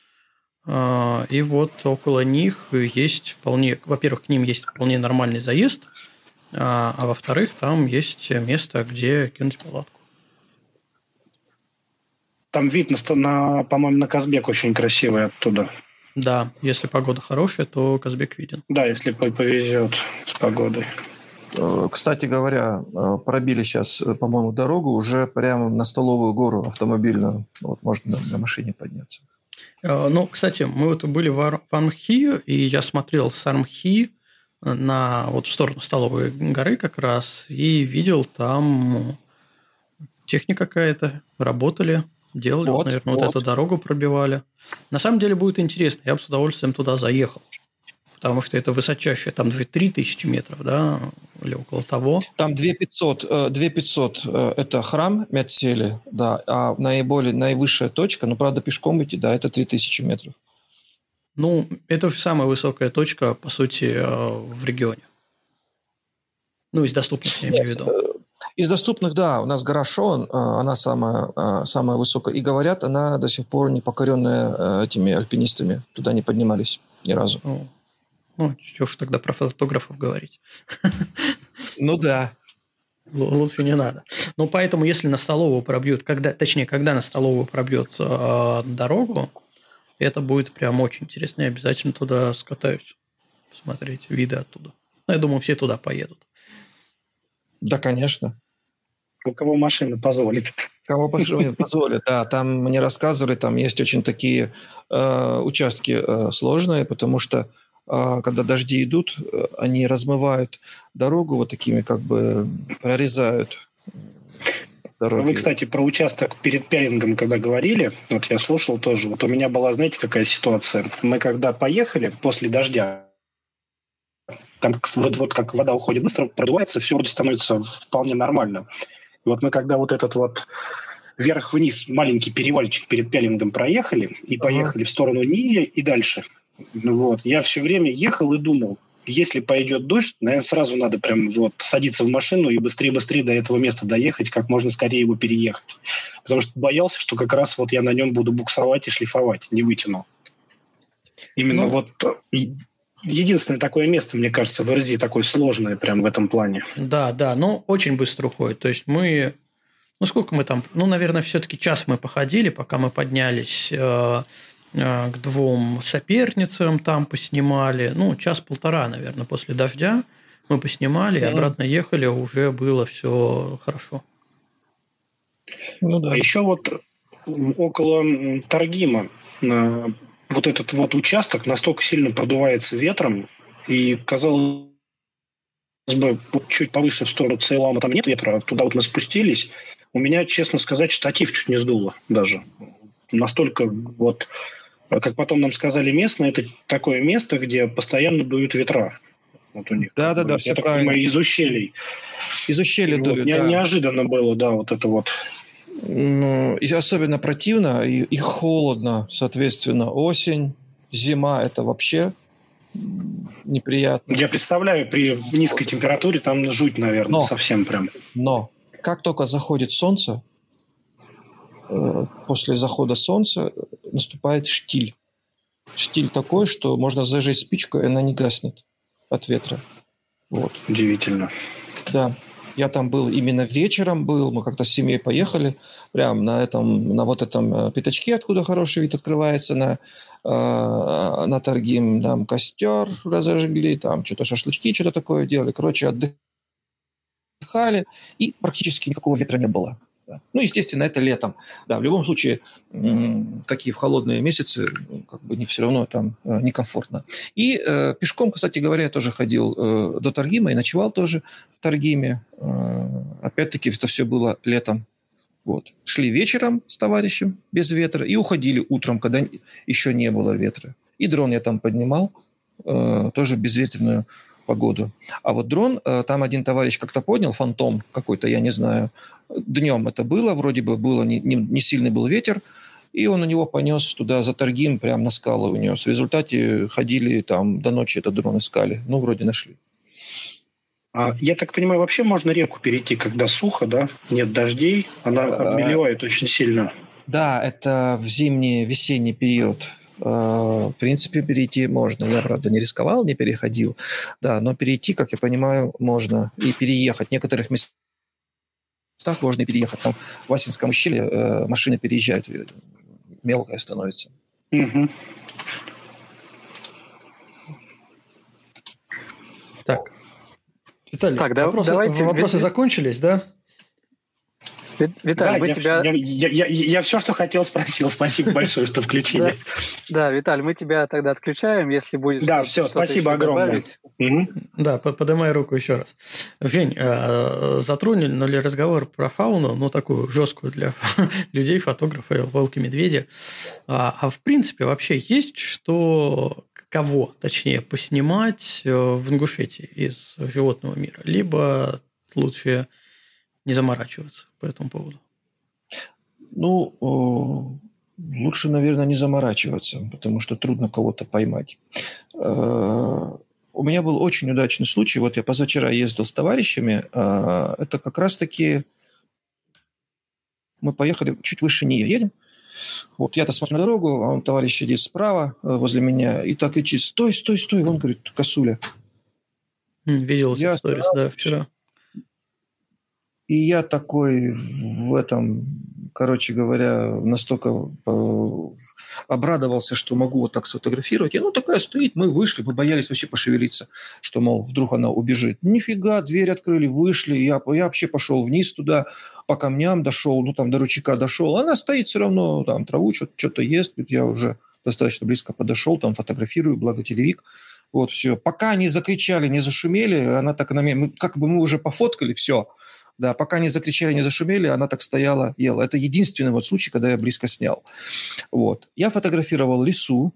И вот около них есть вполне... Во-первых, к ним есть вполне нормальный заезд, а во-вторых, там есть место, где кинуть палатку. Там вид, по-моему, на Казбек очень красивый оттуда. Да, если погода хорошая, то Казбек виден. Да, если повезет с погодой. Кстати говоря, пробили сейчас, по-моему, дорогу уже прямо на Столовую гору автомобильную. Вот можно на машине подняться. Ну, кстати, мы вот были в Армхи, и я смотрел с Армхи в сторону Столовой горы как раз, и видел там техника какая-то, работали, делали, наверное, вот эту дорогу пробивали. На самом деле будет интересно, я бы с удовольствием туда заехал, потому что это высочайшее, там 3000 метров, да, или около того. Там 2500 это храм Мецели, да, а наивысшая точка, правда, пешком идти, да, это 3000 метров. Ну, это самая высокая точка, по сути, в регионе. Ну, из доступных, я имею в Нет, виду. из доступных, да, у нас гора Шон, она самая высокая. И говорят, она до сих пор не покоренная этими альпинистами. Туда не поднимались ни разу. Ну, что ж тогда про фотографов говорить? Ну да. Лучше не надо. Ну, поэтому, если на Столовую пробьют, когда на Столовую пробьет дорогу, это будет прям очень интересно. Я обязательно туда скатаюсь, посмотреть виды оттуда. Ну, я думаю, все туда поедут. Да, конечно. У кого машина позволит. Кого позволит, да. Там мне рассказывали, там есть очень такие участки сложные, потому что когда дожди идут, они размывают дорогу вот такими как бы прорезают дороги. Вы, кстати, про участок перед пеллингом, когда говорили, вот я слушал тоже, вот у меня была, знаете, какая ситуация? Мы когда поехали после дождя, там вот как вода уходит быстро, продувается, все вроде становится вполне нормально. И вот мы когда вот этот вот вверх-вниз маленький перевальчик перед пеллингом проехали и поехали в сторону Нии и дальше. Вот. Я все время ехал и думал, если пойдет дождь, наверное, сразу надо прям вот садиться в машину и быстрее-быстрее до этого места доехать, как можно скорее его переехать. Потому что боялся, что как раз вот я на нем буду буксовать и шлифовать, не вытяну. Именно вот единственное такое место, мне кажется, в РЗ такое сложное прям в этом плане. Да, но очень быстро уходит. То есть мы... Ну, сколько мы там... Ну, наверное, все-таки час мы походили, пока мы поднялись к двум соперницам, там поснимали. Ну, час-полтора, наверное, после дождя мы поснимали, и обратно ехали, уже было все хорошо. Ну, да. А еще вот около Таргима вот этот вот участок настолько сильно продувается ветром, и, казалось бы, чуть повыше в сторону Цейлама там нет ветра, а туда вот мы спустились. У меня, честно сказать, штатив чуть не сдуло даже. Настолько вот, как потом нам сказали местные, это такое место, где постоянно дуют ветра. Вот у них. Да, все я так правильно. понимаю, из ущелий. Из ущелья Вот, дуют, да. Неожиданно было, да, вот это вот. Ну, и особенно противно и холодно, соответственно, осень, зима – это вообще неприятно. Я представляю, при низкой температуре там жуть, наверное, совсем прям. Но как только заходит солнце, после захода солнца наступает штиль. Штиль такой, что можно зажечь спичку, и она не гаснет от ветра. Вот. Удивительно. Да. Я там был именно вечером мы как-то с семьей поехали, прям на вот этом пятачке, откуда хороший вид открывается на Таргим, там костер разожгли, там что-то шашлычки, что-то такое делали. Короче, отдыхали, и практически никакого ветра не было. Ну, естественно, это летом. Да, в любом случае, такие в холодные месяцы, как бы не все равно там некомфортно. И пешком, кстати говоря, я тоже ходил до Таргима и ночевал тоже в Таргиме. Опять-таки, это все было летом. Вот. Шли вечером с товарищем без ветра и уходили утром, когда еще не было ветра. И дрон я там поднимал, тоже в безветренную погоду. А вот дрон, там один товарищ как-то поднял, фантом какой-то, я не знаю. Днем это было, вроде бы было, не сильный был ветер, и он у него понес туда за Таргим, прям на скалы унес. В результате ходили там до ночи, этот дрон искали. Ну, вроде нашли. Я так понимаю, вообще можно реку перейти, когда сухо, да? Нет дождей, она обмелевает очень сильно. Да, это в зимний, весенний период. В принципе, перейти можно. Я, правда, не рисковал, не переходил. Да, но перейти, как я понимаю, можно. И переехать. В некоторых местах можно и переехать. Там в Асинском ущелье машины переезжают. Мелкая становится. Угу. Так. Виталий, Так, вопросы закончились, да? Виталий, да, я все, что хотел, спросил. Спасибо большое, что включили. Да, Виталий, мы тебя тогда отключаем, если будет. Да, все, спасибо огромное. Да, поднимай руку еще раз. Жень, затронули разговор про фауну, но такую жесткую для людей, фотографа, волки-медведи. А в принципе вообще есть кого, точнее, поснимать в Ингушетии из животного мира? Либо лучше не заморачиваться по этому поводу? Ну, Лучше, наверное, не заморачиваться, потому что трудно кого-то поймать. У меня был очень удачный случай. Вот я позавчера ездил с товарищами. Это как раз-таки мы поехали чуть выше Нии. Едем. Вот я-то смотрю на дорогу, а он, товарищ, сидит справа возле меня и так кричит: «Стой, стой, стой!» Он говорит: «Косуля». Видел эти сторис, да, вчера. И я такой в этом, короче говоря, настолько обрадовался, что могу вот так сфотографировать. И она такая стоит, мы вышли, мы боялись вообще пошевелиться, что, мол, вдруг она убежит. Нифига, дверь открыли, вышли, я вообще пошел вниз туда, по камням дошел, ну там до ручейка дошел. Она стоит все равно, там траву что-то ест. Я уже достаточно близко подошел, там фотографирую, благо телевик. Вот все. Пока они закричали, не зашумели, она так на меня, как бы мы уже пофоткали, все. Да, пока не закричали, не зашумели, она так стояла, ела. Это единственный вот случай, когда я близко снял. Вот. Я фотографировал лису,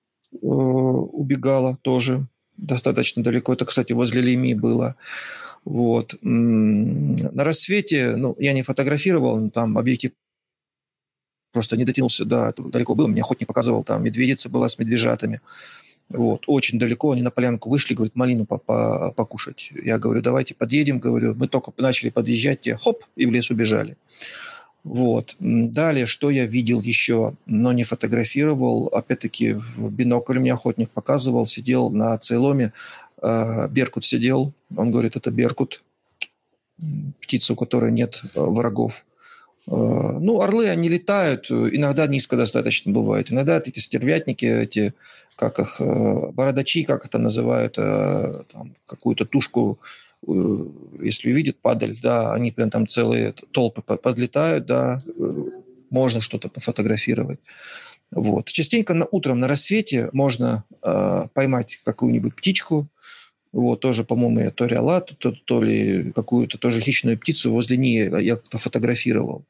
убегала тоже достаточно далеко. Это, кстати, возле Леми было. Вот. На рассвете, я не фотографировал, там объектив просто не дотянулся, да, это далеко было. Мне охотник показывал, там медведица была с медвежатами. Вот, очень далеко, они на полянку вышли, говорят, малину покушать. Я говорю, давайте подъедем, говорю, мы только начали подъезжать, те хоп, и в лес убежали. Вот. Далее, что я видел еще, но не фотографировал, опять-таки в бинокль мне охотник показывал, сидел на Цейломе, беркут сидел, он говорит, это беркут, птица, у которой нет врагов. Орлы, они летают, иногда низко достаточно бывает, иногда эти стервятники, эти, как их, бородачи, как это называют, там, какую-то тушку, если увидят падаль, да, они прям там целые толпы подлетают, да, можно что-то пофотографировать. Вот. Частенько утром на рассвете можно поймать какую-нибудь птичку, вот, тоже, по-моему, то ли орла, то ли какую-то тоже хищную птицу возле нее я как-то фотографировал.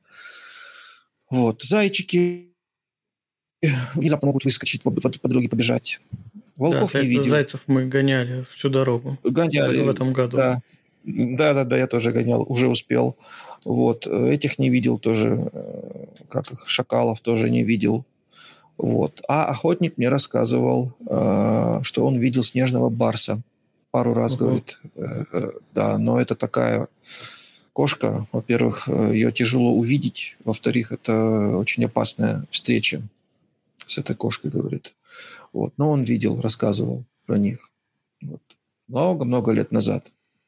Вот. Зайчики внезапно могут выскочить, по дороге побежать. Волков не видел. Зайцев мы гоняли всю дорогу. Гоняли. В этом году. Да. Да, я тоже гонял, уже успел. Вот. Этих не видел тоже, как их, шакалов тоже не видел. Вот. А охотник мне рассказывал, что он видел снежного барса. Пару раз, говорит. Да, но это такая кошка. Во-первых, ее тяжело увидеть. Во-вторых, это очень опасная встреча с этой кошкой, говорит. Вот. Но он видел, рассказывал про них. Вот. Много-много лет назад.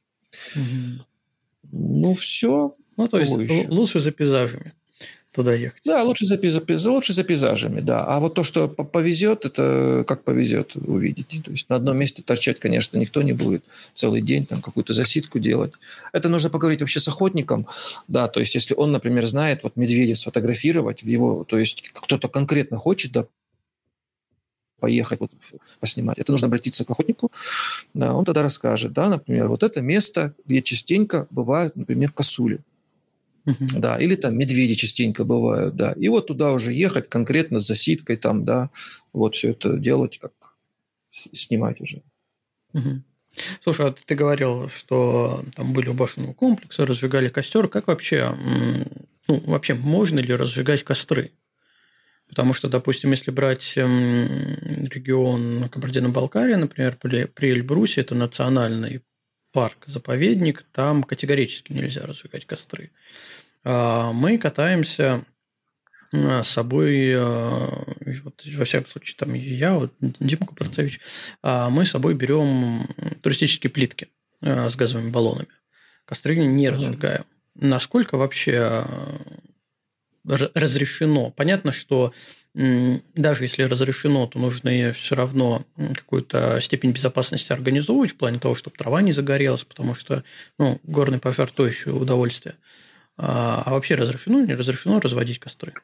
Угу. Все. То есть лучше за пейзажами туда ехать. Да, лучше за пейзажами, да. А вот то, что повезет, это как повезет увидеть. То есть на одном месте торчать, конечно, никто не будет целый день, там какую-то засидку делать. Это нужно поговорить вообще с охотником, да, то есть если он, например, знает вот медведя сфотографировать, то есть кто-то конкретно хочет, да, поехать вот, поснимать. Это нужно обратиться к охотнику, да, он тогда расскажет, да, например, вот это место, где частенько бывают, например, косули. Да, или там медведи частенько бывают, да. И вот туда уже ехать конкретно с засидкой там, да, вот все это делать, как снимать уже. Слушай, а ты говорил, что там были у башенного комплекса, разжигали костер. Как вообще, вообще можно ли разжигать костры? Потому что, допустим, если брать регион Кабардино-Балкария, например, при Эльбрусе, это национальный парк-заповедник, там категорически нельзя разжигать костры. Мы катаемся с собой, вот, во всяком случае, там я, вот, Дима Купрацевич, мы с собой берем туристические плитки с газовыми баллонами. Костры не разжигаем. Насколько вообще разрешено? Понятно, что даже если разрешено, то нужно все равно какую-то степень безопасности организовывать в плане того, чтобы трава не загорелась, потому что горный пожар – то еще удовольствие. А вообще разрешено или не разрешено разводить костры?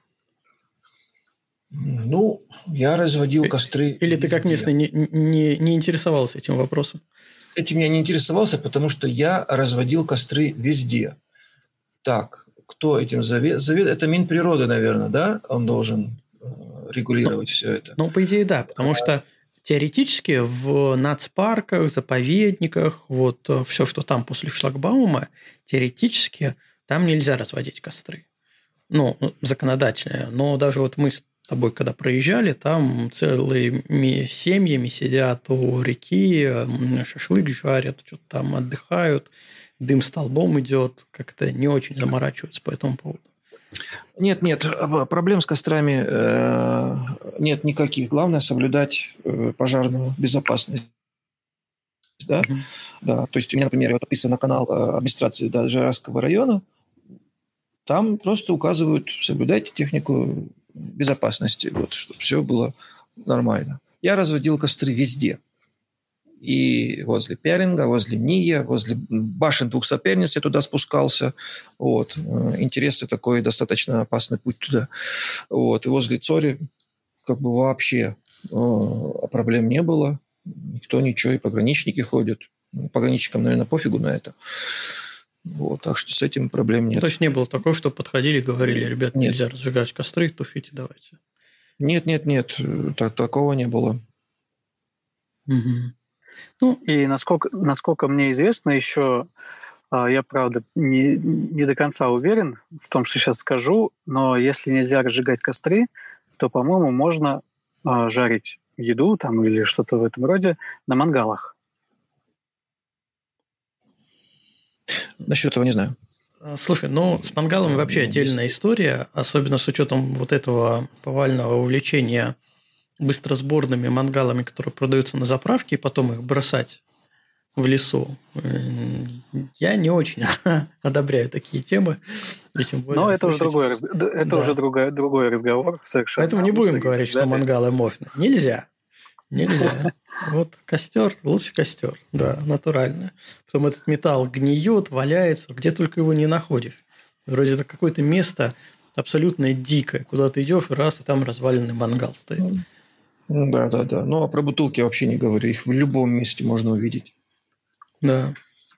Я разводил костры Или везде. ты как местный не интересовался этим вопросом? Этим я не интересовался, потому что я разводил костры везде. Так, кто этим заведует? Это Минприроды, наверное, да? Он должен регулировать все это. По идее, да, потому что теоретически в нацпарках, заповедниках, вот все, что там после шлагбаума, теоретически там нельзя разводить костры. Законодательно. Но даже вот мы с тобой когда проезжали, там целыми семьями сидят у реки, шашлык жарят, что-то там отдыхают, дым столбом идет, как-то не очень заморачиваются по этому поводу. Нет, проблем с кострами нет никаких. Главное соблюдать пожарную безопасность. Да? Мгм. Да. То есть у меня, например, я подписан на канал администрации Жиравского района. Там просто указывают, соблюдайте технику безопасности, вот, чтобы все было нормально. Я разводил костры везде. И возле Пялинга, возле Ния, возле башен двух соперниц я туда спускался. Вот. Интересный такой достаточно опасный путь туда. Вот. И возле Цори как бы вообще проблем не было. Никто ничего, и пограничники ходят. Пограничникам, наверное, пофигу на это. Вот, так что с этим проблем нет. То есть не было такого, что подходили и говорили: ребят, Нет. нельзя разжигать костры, тушите, давайте. Нет, такого не было. Мгм. И насколько мне известно, еще я, правда, не до конца уверен в том, что сейчас скажу, но если нельзя разжигать костры, то, по-моему, можно жарить еду там или что-то в этом роде на мангалах. Насчет этого не знаю. Слушай, с мангалом вообще отдельная история, особенно с учетом вот этого повального увлечения быстросборными мангалами, которые продаются на заправке, и потом их бросать в лесу. Я не очень одобряю такие темы. И тем более Но это уже Да. уже другой разговор совершенно. Поэтому не будем говорить, что Да. мангалы можно. Нельзя. Вот костер, лучше костер, да, натурально. Потом этот металл гниет, валяется, где только его не находишь. Вроде это какое-то место абсолютно дикое, куда ты идешь, и там разваленный мангал стоит. Да. Ну, а про бутылки вообще не говорю. Их в любом месте можно увидеть. Да.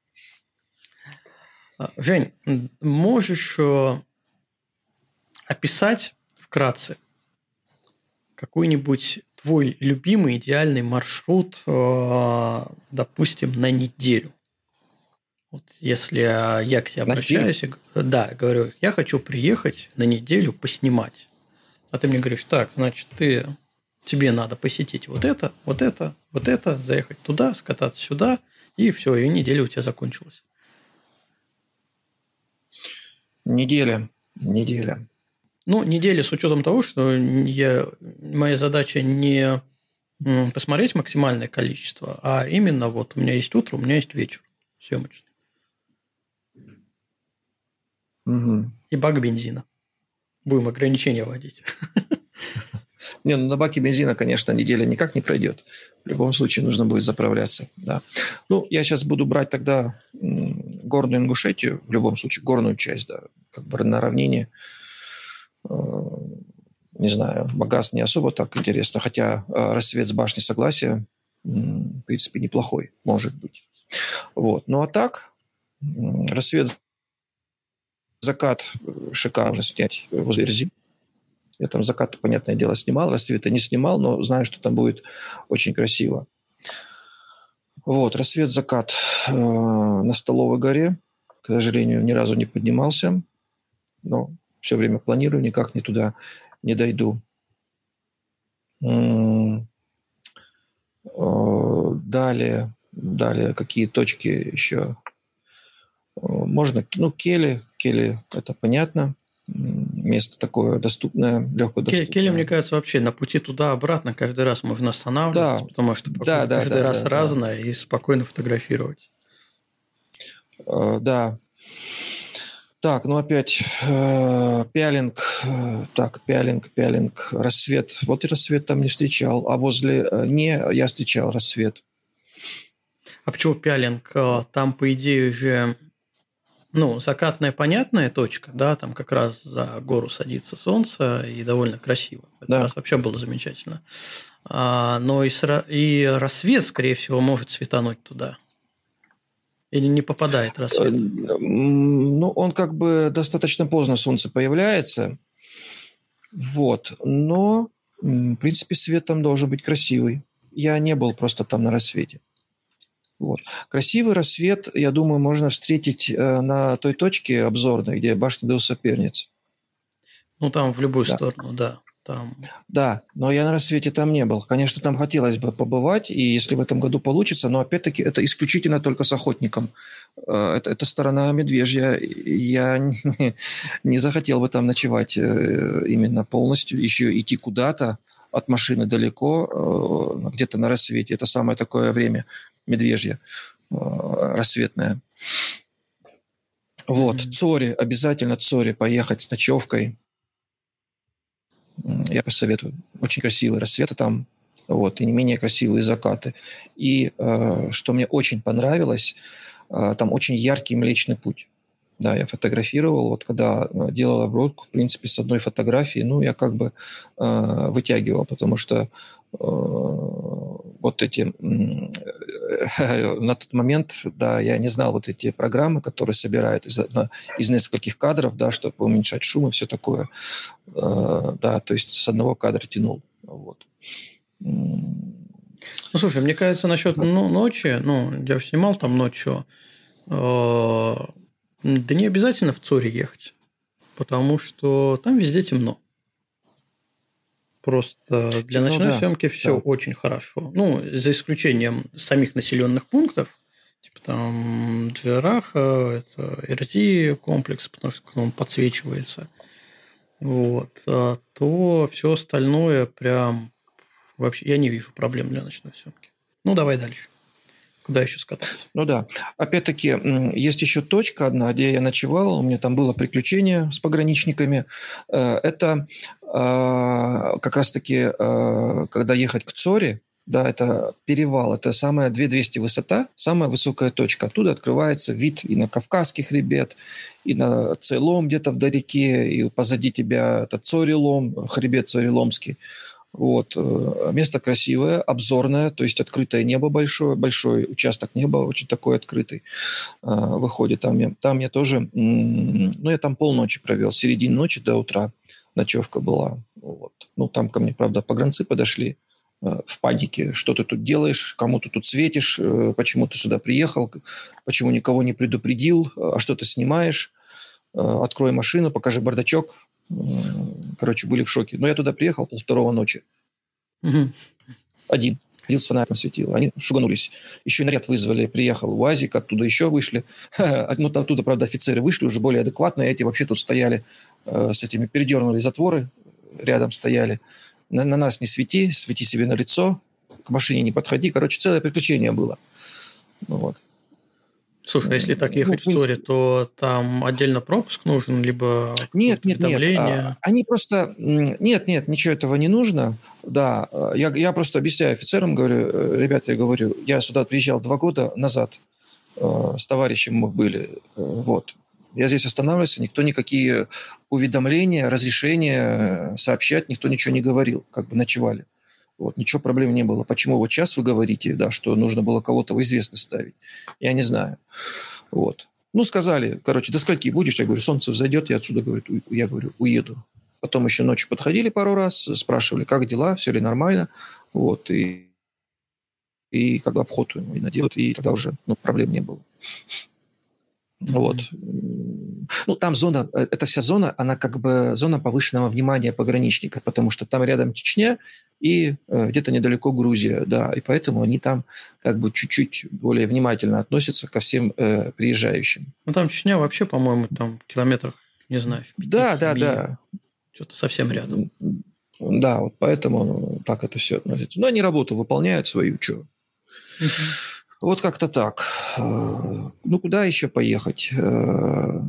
Жень, можешь описать вкратце какой-нибудь твой любимый идеальный маршрут, допустим, на неделю? Вот если я к тебе обращаюсь, говорю, я хочу приехать на неделю поснимать. А ты мне говоришь: так, значит, тебе надо посетить вот это, заехать туда, скататься сюда, и все, и неделя у тебя закончилась. Неделя. Неделя с учетом того, что моя задача не посмотреть максимальное количество, а именно вот у меня есть утро, у меня есть вечер съемочный. Угу. И бак бензина. Будем ограничения вводить. На баке бензина, конечно, неделя никак не пройдет. В любом случае нужно будет заправляться. Да. Я сейчас буду брать тогда горную Ингушетию, в любом случае, горную часть, да, как бы на равнине. Не знаю, Багаз не особо так интересно, хотя рассвет с башни Согласия, в принципе, неплохой, может быть. Вот. Ну, а так, рассвет, закат шикарно снять возле Эрзи. Я там закат, понятное дело, снимал, рассвета не снимал, но знаю, что там будет очень красиво. Вот, рассвет-закат на Столовой горе. К сожалению, ни разу не поднимался, но все время планирую, никак не туда не дойду. Далее, какие точки еще? Можно, Кели, это понятно. Место такое доступное, легко доступное. Кели, мне кажется, вообще на пути туда-обратно каждый раз можно останавливаться, потому что каждый раз разное, и спокойно фотографировать. Да. Так, опять Пялинг. Пялинг, рассвет. Вот и рассвет там не встречал, а возле я встречал рассвет. А почему Пялинг? Там, по идее, уже закатная понятная точка, да, там как раз за гору садится солнце, и довольно красиво. Это раз вообще было замечательно. Но и рассвет, скорее всего, может светануть туда. Или не попадает рассвет? Он как бы достаточно поздно солнце появляется. Вот. Но, в принципе, свет там должен быть красивый. Я не был просто там на рассвете. Вот. Красивый рассвет, я думаю, можно встретить на той точке обзорной, где башня двух соперниц. Там в любую сторону, да. там. Да, но я на рассвете там не был. Конечно, там хотелось бы побывать, и если в этом году получится, но опять-таки это исключительно только с охотником. Это сторона медвежья. Я не захотел бы там ночевать именно полностью, еще идти куда-то от машины далеко, где-то на рассвете. Это самое такое время медвежье, рассветное. Вот, Цори, обязательно Цори поехать с ночевкой. Я посоветую. Очень красивые рассветы там, вот, и не менее красивые закаты. И что мне очень понравилось, там очень яркий Млечный Путь. Да, я фотографировал, вот когда делал обработку, в принципе, с одной фотографии, ну, я как бы вытягивал, потому что вот эти на тот момент, да, я не знал вот эти программы, которые собирают из нескольких кадров, да, чтобы уменьшать шум и все такое, да, то есть с одного кадра тянул, вот. Ну, слушай, мне кажется, насчет ночи, ну, я снимал там ночью, да не обязательно в Цори ехать, потому что там везде темно. Просто для ночной съемки все очень хорошо. Ну, за исключением самих населенных пунктов, типа там Джераха, это РТ комплекс, потому что он подсвечивается. Вот. То все остальное прям вообще я не вижу проблем для ночной съемки. Ну, давай дальше. Куда еще скататься? Ну да. Опять-таки, есть еще точка одна, где я ночевал. У меня там было приключение с пограничниками. Это как раз-таки, когда ехать к Цори, да, это перевал, это самая 2200 высота, самая высокая точка. Оттуда открывается вид и на Кавказский хребет, и на Цейлом где-то вдалеке, и позади тебя это Цорилом, хребет Цориломский. Вот. Место красивое, обзорное, то есть открытое небо большое, большой участок неба, очень такой открытый выходит. Там я тоже, ну, я там полночи провел, с середины ночи до утра ночевка была. Вот. Ну, там ко мне, правда, погранцы подошли в панике, что ты тут делаешь, кому ты тут светишь, почему ты сюда приехал, почему никого не предупредил, а что ты снимаешь, открой машину, покажи бардачок. Короче, были в шоке. Но я туда приехал 1:30 ночи. Один. Ходил с фонариком, светил. Они шуганулись. Еще и наряд вызвали. Приехал УАЗик, оттуда еще вышли. Ну, оттуда, правда, офицеры вышли, уже более адекватные. Эти вообще тут стояли с этими, передернули затворы, рядом стояли. На нас не свети, свети себе на лицо, к машине не подходи. Короче, целое приключение было. Ну, вот. Слушай, а если так ехать в Цори, то там отдельно пропуск нужен, либо нет. уведомление? Они просто... Нет, ничего этого не нужно. Да, я просто объясняю офицерам, говорю, ребята, я говорю, я сюда приезжал 2 года назад, с товарищем мы были, вот. Я здесь останавливался, никто никакие уведомления, разрешения сообщать, никто ничего не говорил, как бы ночевали. Вот, ничего проблем не было. Почему вот сейчас вы говорите, да, что нужно было кого-то в известность ставить? Я не знаю. Вот. Ну, сказали, короче, до скольки будешь? Я говорю, солнце взойдет, я отсюда, я говорю, уеду. Потом еще ночью подходили пару раз, спрашивали, как дела, все ли нормально. Вот, и как бы обход наделают, и тогда уже проблем не было. Вот. Ну, там зона, эта вся зона, она как бы зона повышенного внимания пограничника, потому что там рядом Чечня и где-то недалеко Грузия, да, и поэтому они там как бы чуть-чуть более внимательно относятся ко всем приезжающим. Ну, там Чечня вообще, по-моему, там километрах, не знаю, в 5-7. Да. Что-то совсем рядом. Да, вот поэтому так это все относится. Но они работу выполняют свою, что. Вот как-то так. Ну, куда еще поехать? В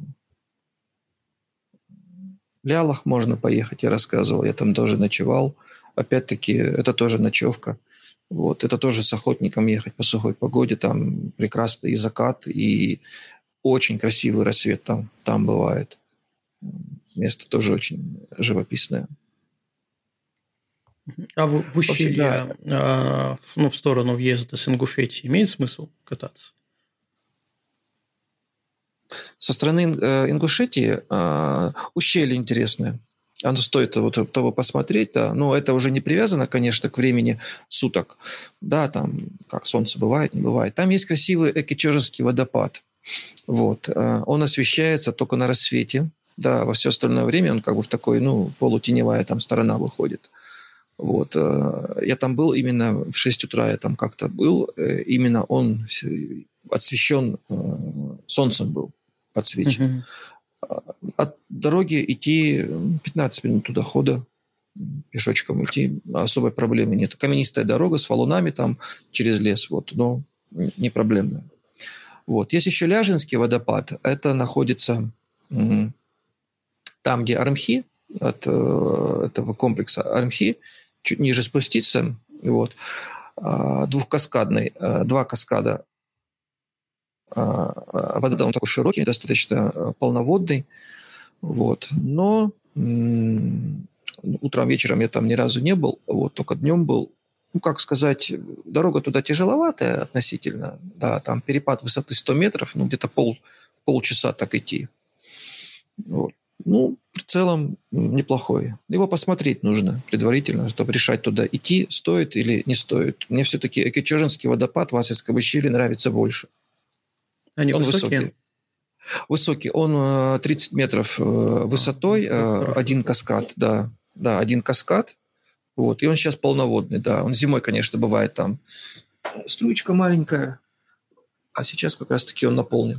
Лялах можно поехать, я рассказывал. Я там тоже ночевал. Опять-таки, это тоже ночевка. Вот. Это тоже с охотником ехать по сухой погоде. Там прекрасный и закат, и очень красивый рассвет там бывает. Место тоже очень живописное. А в ущелье, в сторону въезда с Ингушетии имеет смысл кататься? Со стороны Ингушетии ущелье интересное. Оно стоит того посмотреть, да. Но это уже не привязано, конечно, к времени суток. Да, там, как солнце бывает, не бывает. Там есть красивый Экичожинский водопад. Вот. Он освещается только на рассвете. да, во все остальное время он как бы в такой, полутеневая там сторона выходит. Вот. Я там был именно в 6 утра, я там как-то был, именно он освещен солнцем был, подсвечен. От дороги идти 15 минут туда хода, пешочком идти, особой проблемы нет. Каменистая дорога с валунами там через лес, вот, но не проблемная. Вот. Есть еще Ляжинский водопад, это находится там, где Армхи, от этого комплекса Армхи, чуть ниже спуститься, вот, двухкаскадный, 2 каскада. Вода он такой широкий, достаточно полноводный, вот, но утром, вечером я там ни разу не был, вот, только днем был. Как сказать, дорога туда тяжеловатая относительно, да, там перепад высоты 100 метров, где-то полчаса так идти. Вот. В целом неплохой. Его посмотреть нужно предварительно, чтобы решать, туда идти стоит или не стоит. Мне все-таки Экичожинский водопад в Асельском ущелье нравится больше. Они он высокие? Высокий. Он 30 метров высотой, один каскад, да, один каскад. Вот. И он сейчас полноводный, да. Он зимой, конечно, бывает там струечка маленькая, а сейчас как раз-таки он наполнен.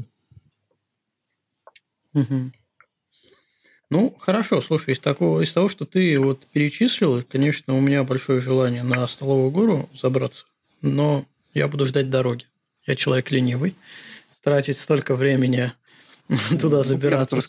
Угу. Хорошо, слушай, из того, что ты вот перечислил, конечно, у меня большое желание на Столовую гору забраться, но я буду ждать дороги. Я человек ленивый, тратить столько времени туда забираться.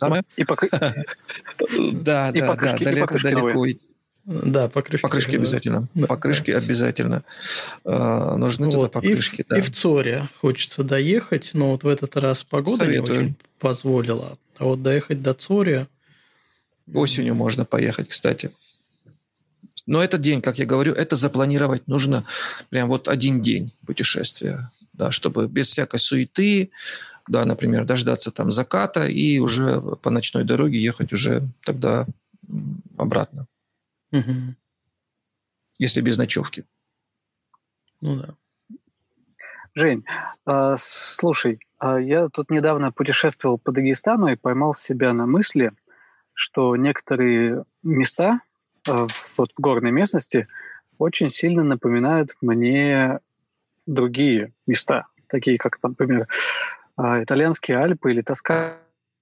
Да, далеко идти. Да, покрышки обязательно. Да, покрышки обязательно. Нужны туда покрышки. И в Цоре хочется доехать, но вот в этот раз погода не очень позволила. А вот доехать до Цори... Осенью можно поехать, кстати. Но этот день, как я говорю, это запланировать нужно прям вот один день путешествия, да, чтобы без всякой суеты, да, например, дождаться там заката и уже по ночной дороге ехать уже тогда обратно. Угу. Если без ночевки. Да. Жень, слушай, я тут недавно путешествовал по Дагестану и поймал себя на мысли, что некоторые места вот в горной местности очень сильно напоминают мне другие места, такие как, например, итальянские Альпы или Тоскана.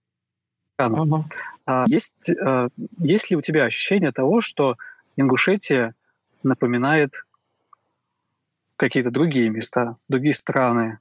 Есть ли у тебя ощущение того, что Ингушетия напоминает какие-то другие места, другие страны?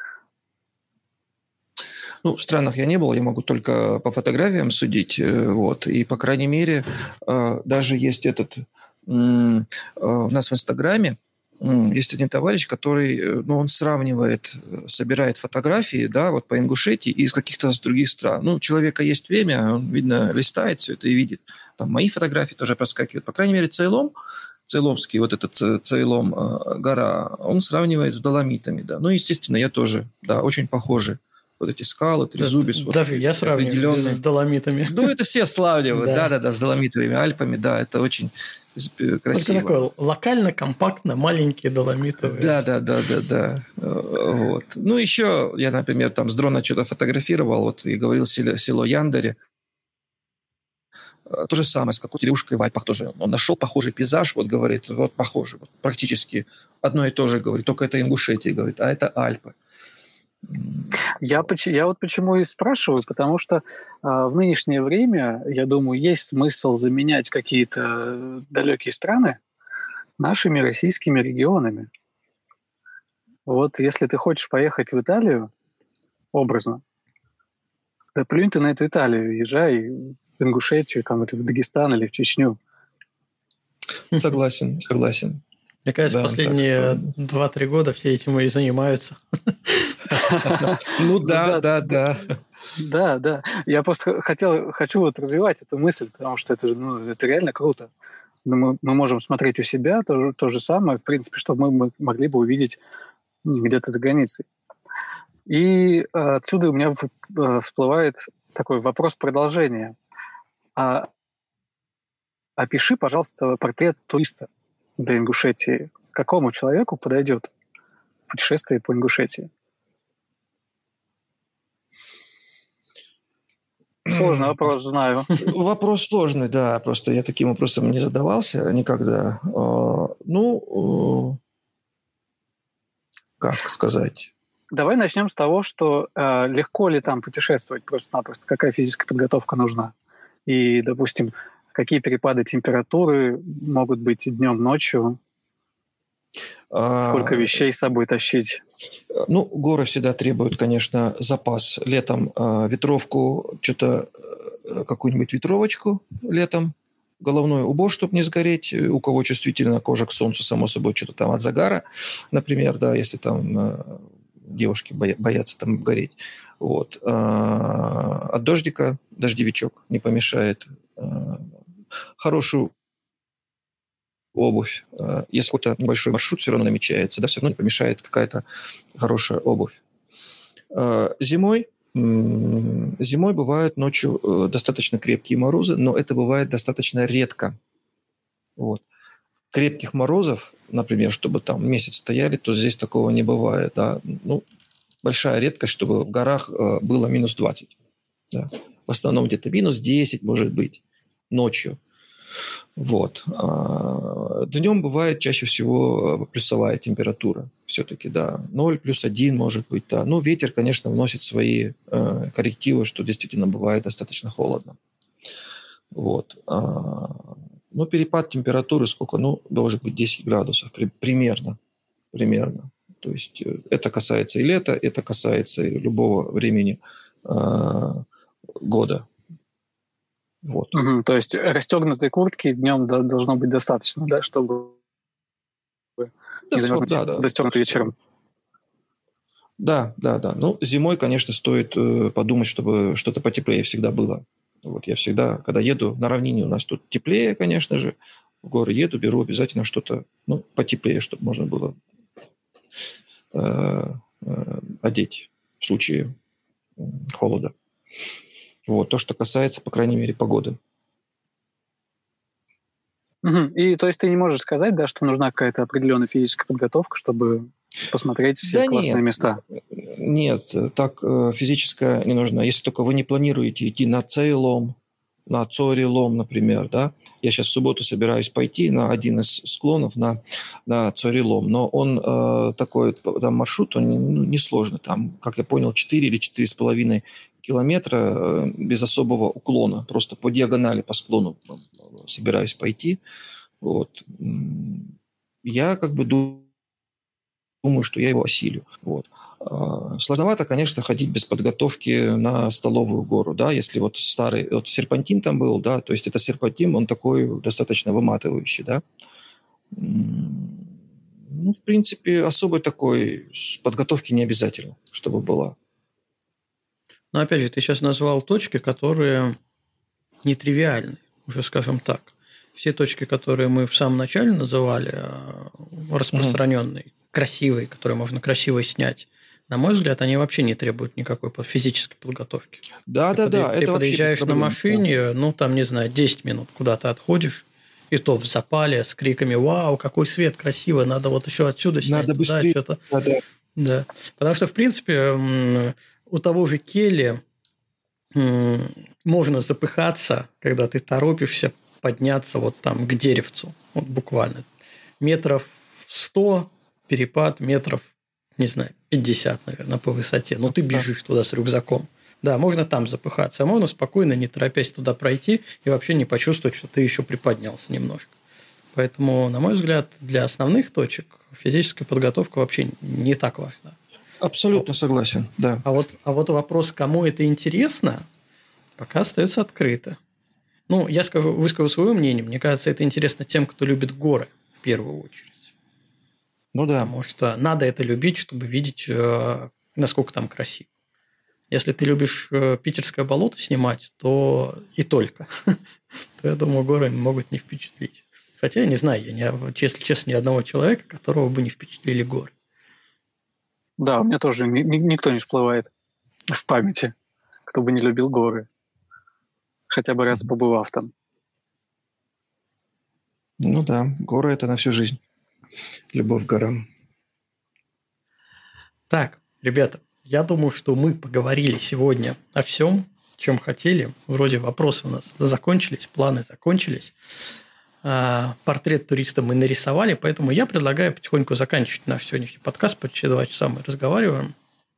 В странах я не был, я могу только по фотографиям судить. Вот. И, по крайней мере, даже есть у нас в Инстаграме есть один товарищ, который, он сравнивает, собирает фотографии, да, вот по Ингушетии из каких-то других стран. У человека есть время, он, видно, листает все это и видит. Там мои фотографии тоже проскакивают. По крайней мере, Цейломский, вот этот Цейлом гора, он сравнивает с Доломитами, да. Естественно, я тоже, да, очень похожи. Вот эти скалы, Трезубец. Даже я сравниваю с Доломитами. Это все сравнивают, да, с Доломитовыми Альпами, да, это очень красиво. Это такое локально, компактно, маленькие Доломитовые. Да. Вот. Еще я, например, там с дрона что-то фотографировал, вот и говорил село Яндаре. То же самое, с какой-то деревушкой в Альпах тоже. Он нашел похожий пейзаж, вот говорит, вот похоже, вот, практически одно и то же, говорит, только это Ингушетия, говорит, а это Альпы. Я вот почему и спрашиваю, потому что в нынешнее время, я думаю, есть смысл заменять какие-то далекие страны нашими российскими регионами. Вот если ты хочешь поехать в Италию, образно, да плюнь ты на эту Италию, езжай в Ингушетию, там, или в Дагестан, или в Чечню. Согласен. Мне кажется, последние 2-3 года все этим и занимаются. Да. Да. Я просто хочу вот развивать эту мысль, потому что это реально круто. Мы можем смотреть у себя то же самое, в принципе, что мы могли бы увидеть где-то за границей. И отсюда у меня всплывает такой вопрос продолжения. Опиши, пожалуйста, портрет туриста для Ингушетии. Какому человеку подойдет путешествие по Ингушетии? Сложный вопрос, знаю. Вопрос сложный, да. Просто я таким вопросом не задавался никогда. Как сказать? Давай начнем с того, что легко ли там путешествовать просто-напросто, какая физическая подготовка нужна. И, допустим, какие перепады температуры могут быть днем, ночью, сколько вещей с собой тащить. Горы всегда требуют, конечно, запас. Летом ветровку, какую-нибудь ветровочку летом, головной убор, чтобы не сгореть. У кого чувствительна кожа к солнцу, само собой, что-то там от загара, например, да, если там девушки боятся там гореть. Вот. От дождика дождевичок не помешает. Хорошую обувь. Если какой-то небольшой маршрут все равно намечается, да, все равно не помешает какая-то хорошая обувь. Зимой бывают ночью достаточно крепкие морозы, но это бывает достаточно редко. Вот. Крепких морозов, например, чтобы там месяц стояли, то здесь такого не бывает. Да? Большая редкость, чтобы в горах было минус 20. Да? В основном где-то минус 10 может быть ночью. Вот. Днем бывает чаще всего плюсовая температура. Все-таки, да. 0 плюс 1 может быть, да. Ветер, конечно, вносит свои коррективы, что действительно бывает достаточно холодно. Вот. Перепад температуры сколько? Должен быть 10 градусов примерно. То есть это касается и лета, это касается и любого времени года. Вот. То есть расстегнутой куртки днем должно быть достаточно, да, чтобы не замерзнуть застегнутой вечером. Да. Зимой, конечно, стоит подумать, чтобы что-то потеплее всегда было. Вот я всегда, когда еду на равнине, у нас тут теплее, конечно же, в горы еду, беру обязательно что-то потеплее, чтобы можно было одеть в случае холода. Вот, то, что касается, по крайней мере, погоды. И то есть ты не можешь сказать, да, что нужна какая-то определенная физическая подготовка, чтобы посмотреть все классные места? Нет, так физическая не нужна. Если только вы не планируете идти на Цейлом, на Цорилом, например, да. Я сейчас в субботу собираюсь пойти на один из склонов, на Цорилом, но он такой, там маршрут, он несложный. Там, как я понял, 4 или 4,5 километра без особого уклона. Просто по диагонали, по склону собираюсь пойти. Вот. Я думаю, что я его осилю. Вот. Сложновато, конечно, ходить без подготовки на Столовую гору, да, если вот старый, серпантин там был, да, то есть это серпантин, он такой достаточно выматывающий, да. В принципе, особой такой подготовки не обязательно, чтобы была. Но опять же, ты сейчас назвал точки, которые нетривиальны, уже скажем так. Все точки, которые мы в самом начале называли, распространенные, красивые, которые можно красиво снять, на мой взгляд, они вообще не требуют никакой физической подготовки. Да. Ты подъезжаешь на машине, там, не знаю, 10 минут куда-то отходишь, и то в запале с криками «Вау, какой свет красивый, надо вот еще отсюда снять». Надо быстрее. Что-то. Да. Потому что, в принципе, у того же Келли можно запыхаться, когда ты торопишься подняться вот там к деревцу. Вот буквально. Метров 100 перепад, метров, не знаю, 50, наверное, по высоте. Но ты бежишь туда с рюкзаком. Да, можно там запыхаться, а можно спокойно, не торопясь туда пройти и вообще не почувствовать, что ты еще приподнялся немножко. Поэтому, на мой взгляд, для основных точек физическая подготовка вообще не так важна. Абсолютно согласен, да. А вот вопрос, кому это интересно, пока остается открыто. Я выскажу свое мнение. Мне кажется, это интересно тем, кто любит горы в первую очередь. Да. Потому что надо это любить, чтобы видеть, насколько там красиво. Если ты любишь питерское болото снимать, то и только. То, я думаю, горы могут не впечатлить. Хотя я не знаю, если честно, ни одного человека, которого бы не впечатлили горы. Да, у меня тоже никто не всплывает в памяти, кто бы не любил горы. Хотя бы раз побывав там. Да, горы – это на всю жизнь. Любовь к горам. Так, ребята, я думаю, что мы поговорили сегодня о всем. чем хотели. Вроде вопросы у нас закончились, планы закончились. Портрет туриста мы нарисовали, поэтому я предлагаю потихоньку заканчивать наш сегодняшний подкаст. Почти 2 часа мы разговариваем.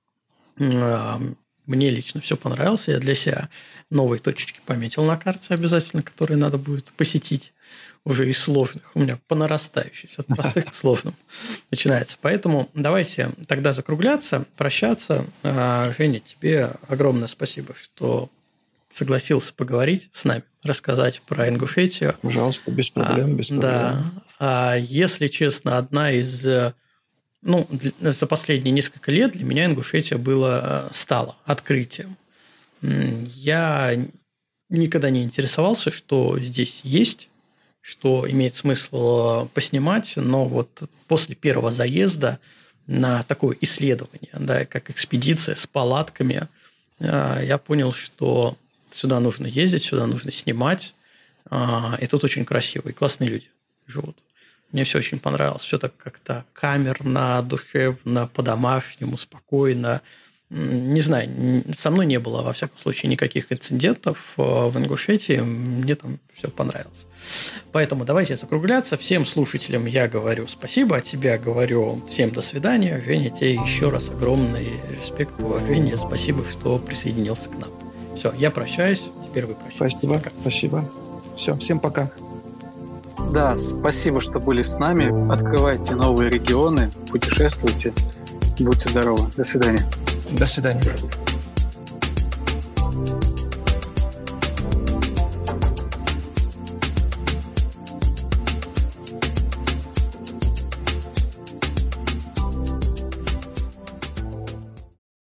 Мне лично все понравилось. Я для себя новые точечки пометил на карте обязательно, которые надо будет посетить. Уже из сложных. У меня по нарастающей. От простых к сложным начинается. Поэтому давайте тогда закругляться, прощаться. Женя, тебе огромное спасибо, что согласился поговорить с нами, рассказать про Ингушетию. Пожалуйста, без проблем, без проблем. Да. Если честно, одна из... за последние несколько лет для меня Ингушетия стала открытием. Я никогда не интересовался, что здесь есть, что имеет смысл поснимать, но вот после первого заезда на такое исследование, да, как экспедиция с палатками, я понял, что сюда нужно ездить, сюда нужно снимать, и тут очень красивые, классные люди живут. Мне все очень понравилось, все так как-то камерно, душевно, по-домашнему, спокойно. Не знаю, со мной не было, во всяком случае, никаких инцидентов в Ингушетии. Мне там все понравилось. Поэтому давайте закругляться. Всем слушателям я говорю спасибо, от тебя говорю всем до свидания. Женя, тебе еще раз огромный респект, уважение. Спасибо, что присоединился к нам. Все, я прощаюсь. Теперь вы прощаетесь. Спасибо. Пока. Спасибо. Все, всем пока. Да, спасибо, что были с нами. Открывайте новые регионы, путешествуйте. Будьте здоровы. До свидания. До свидания.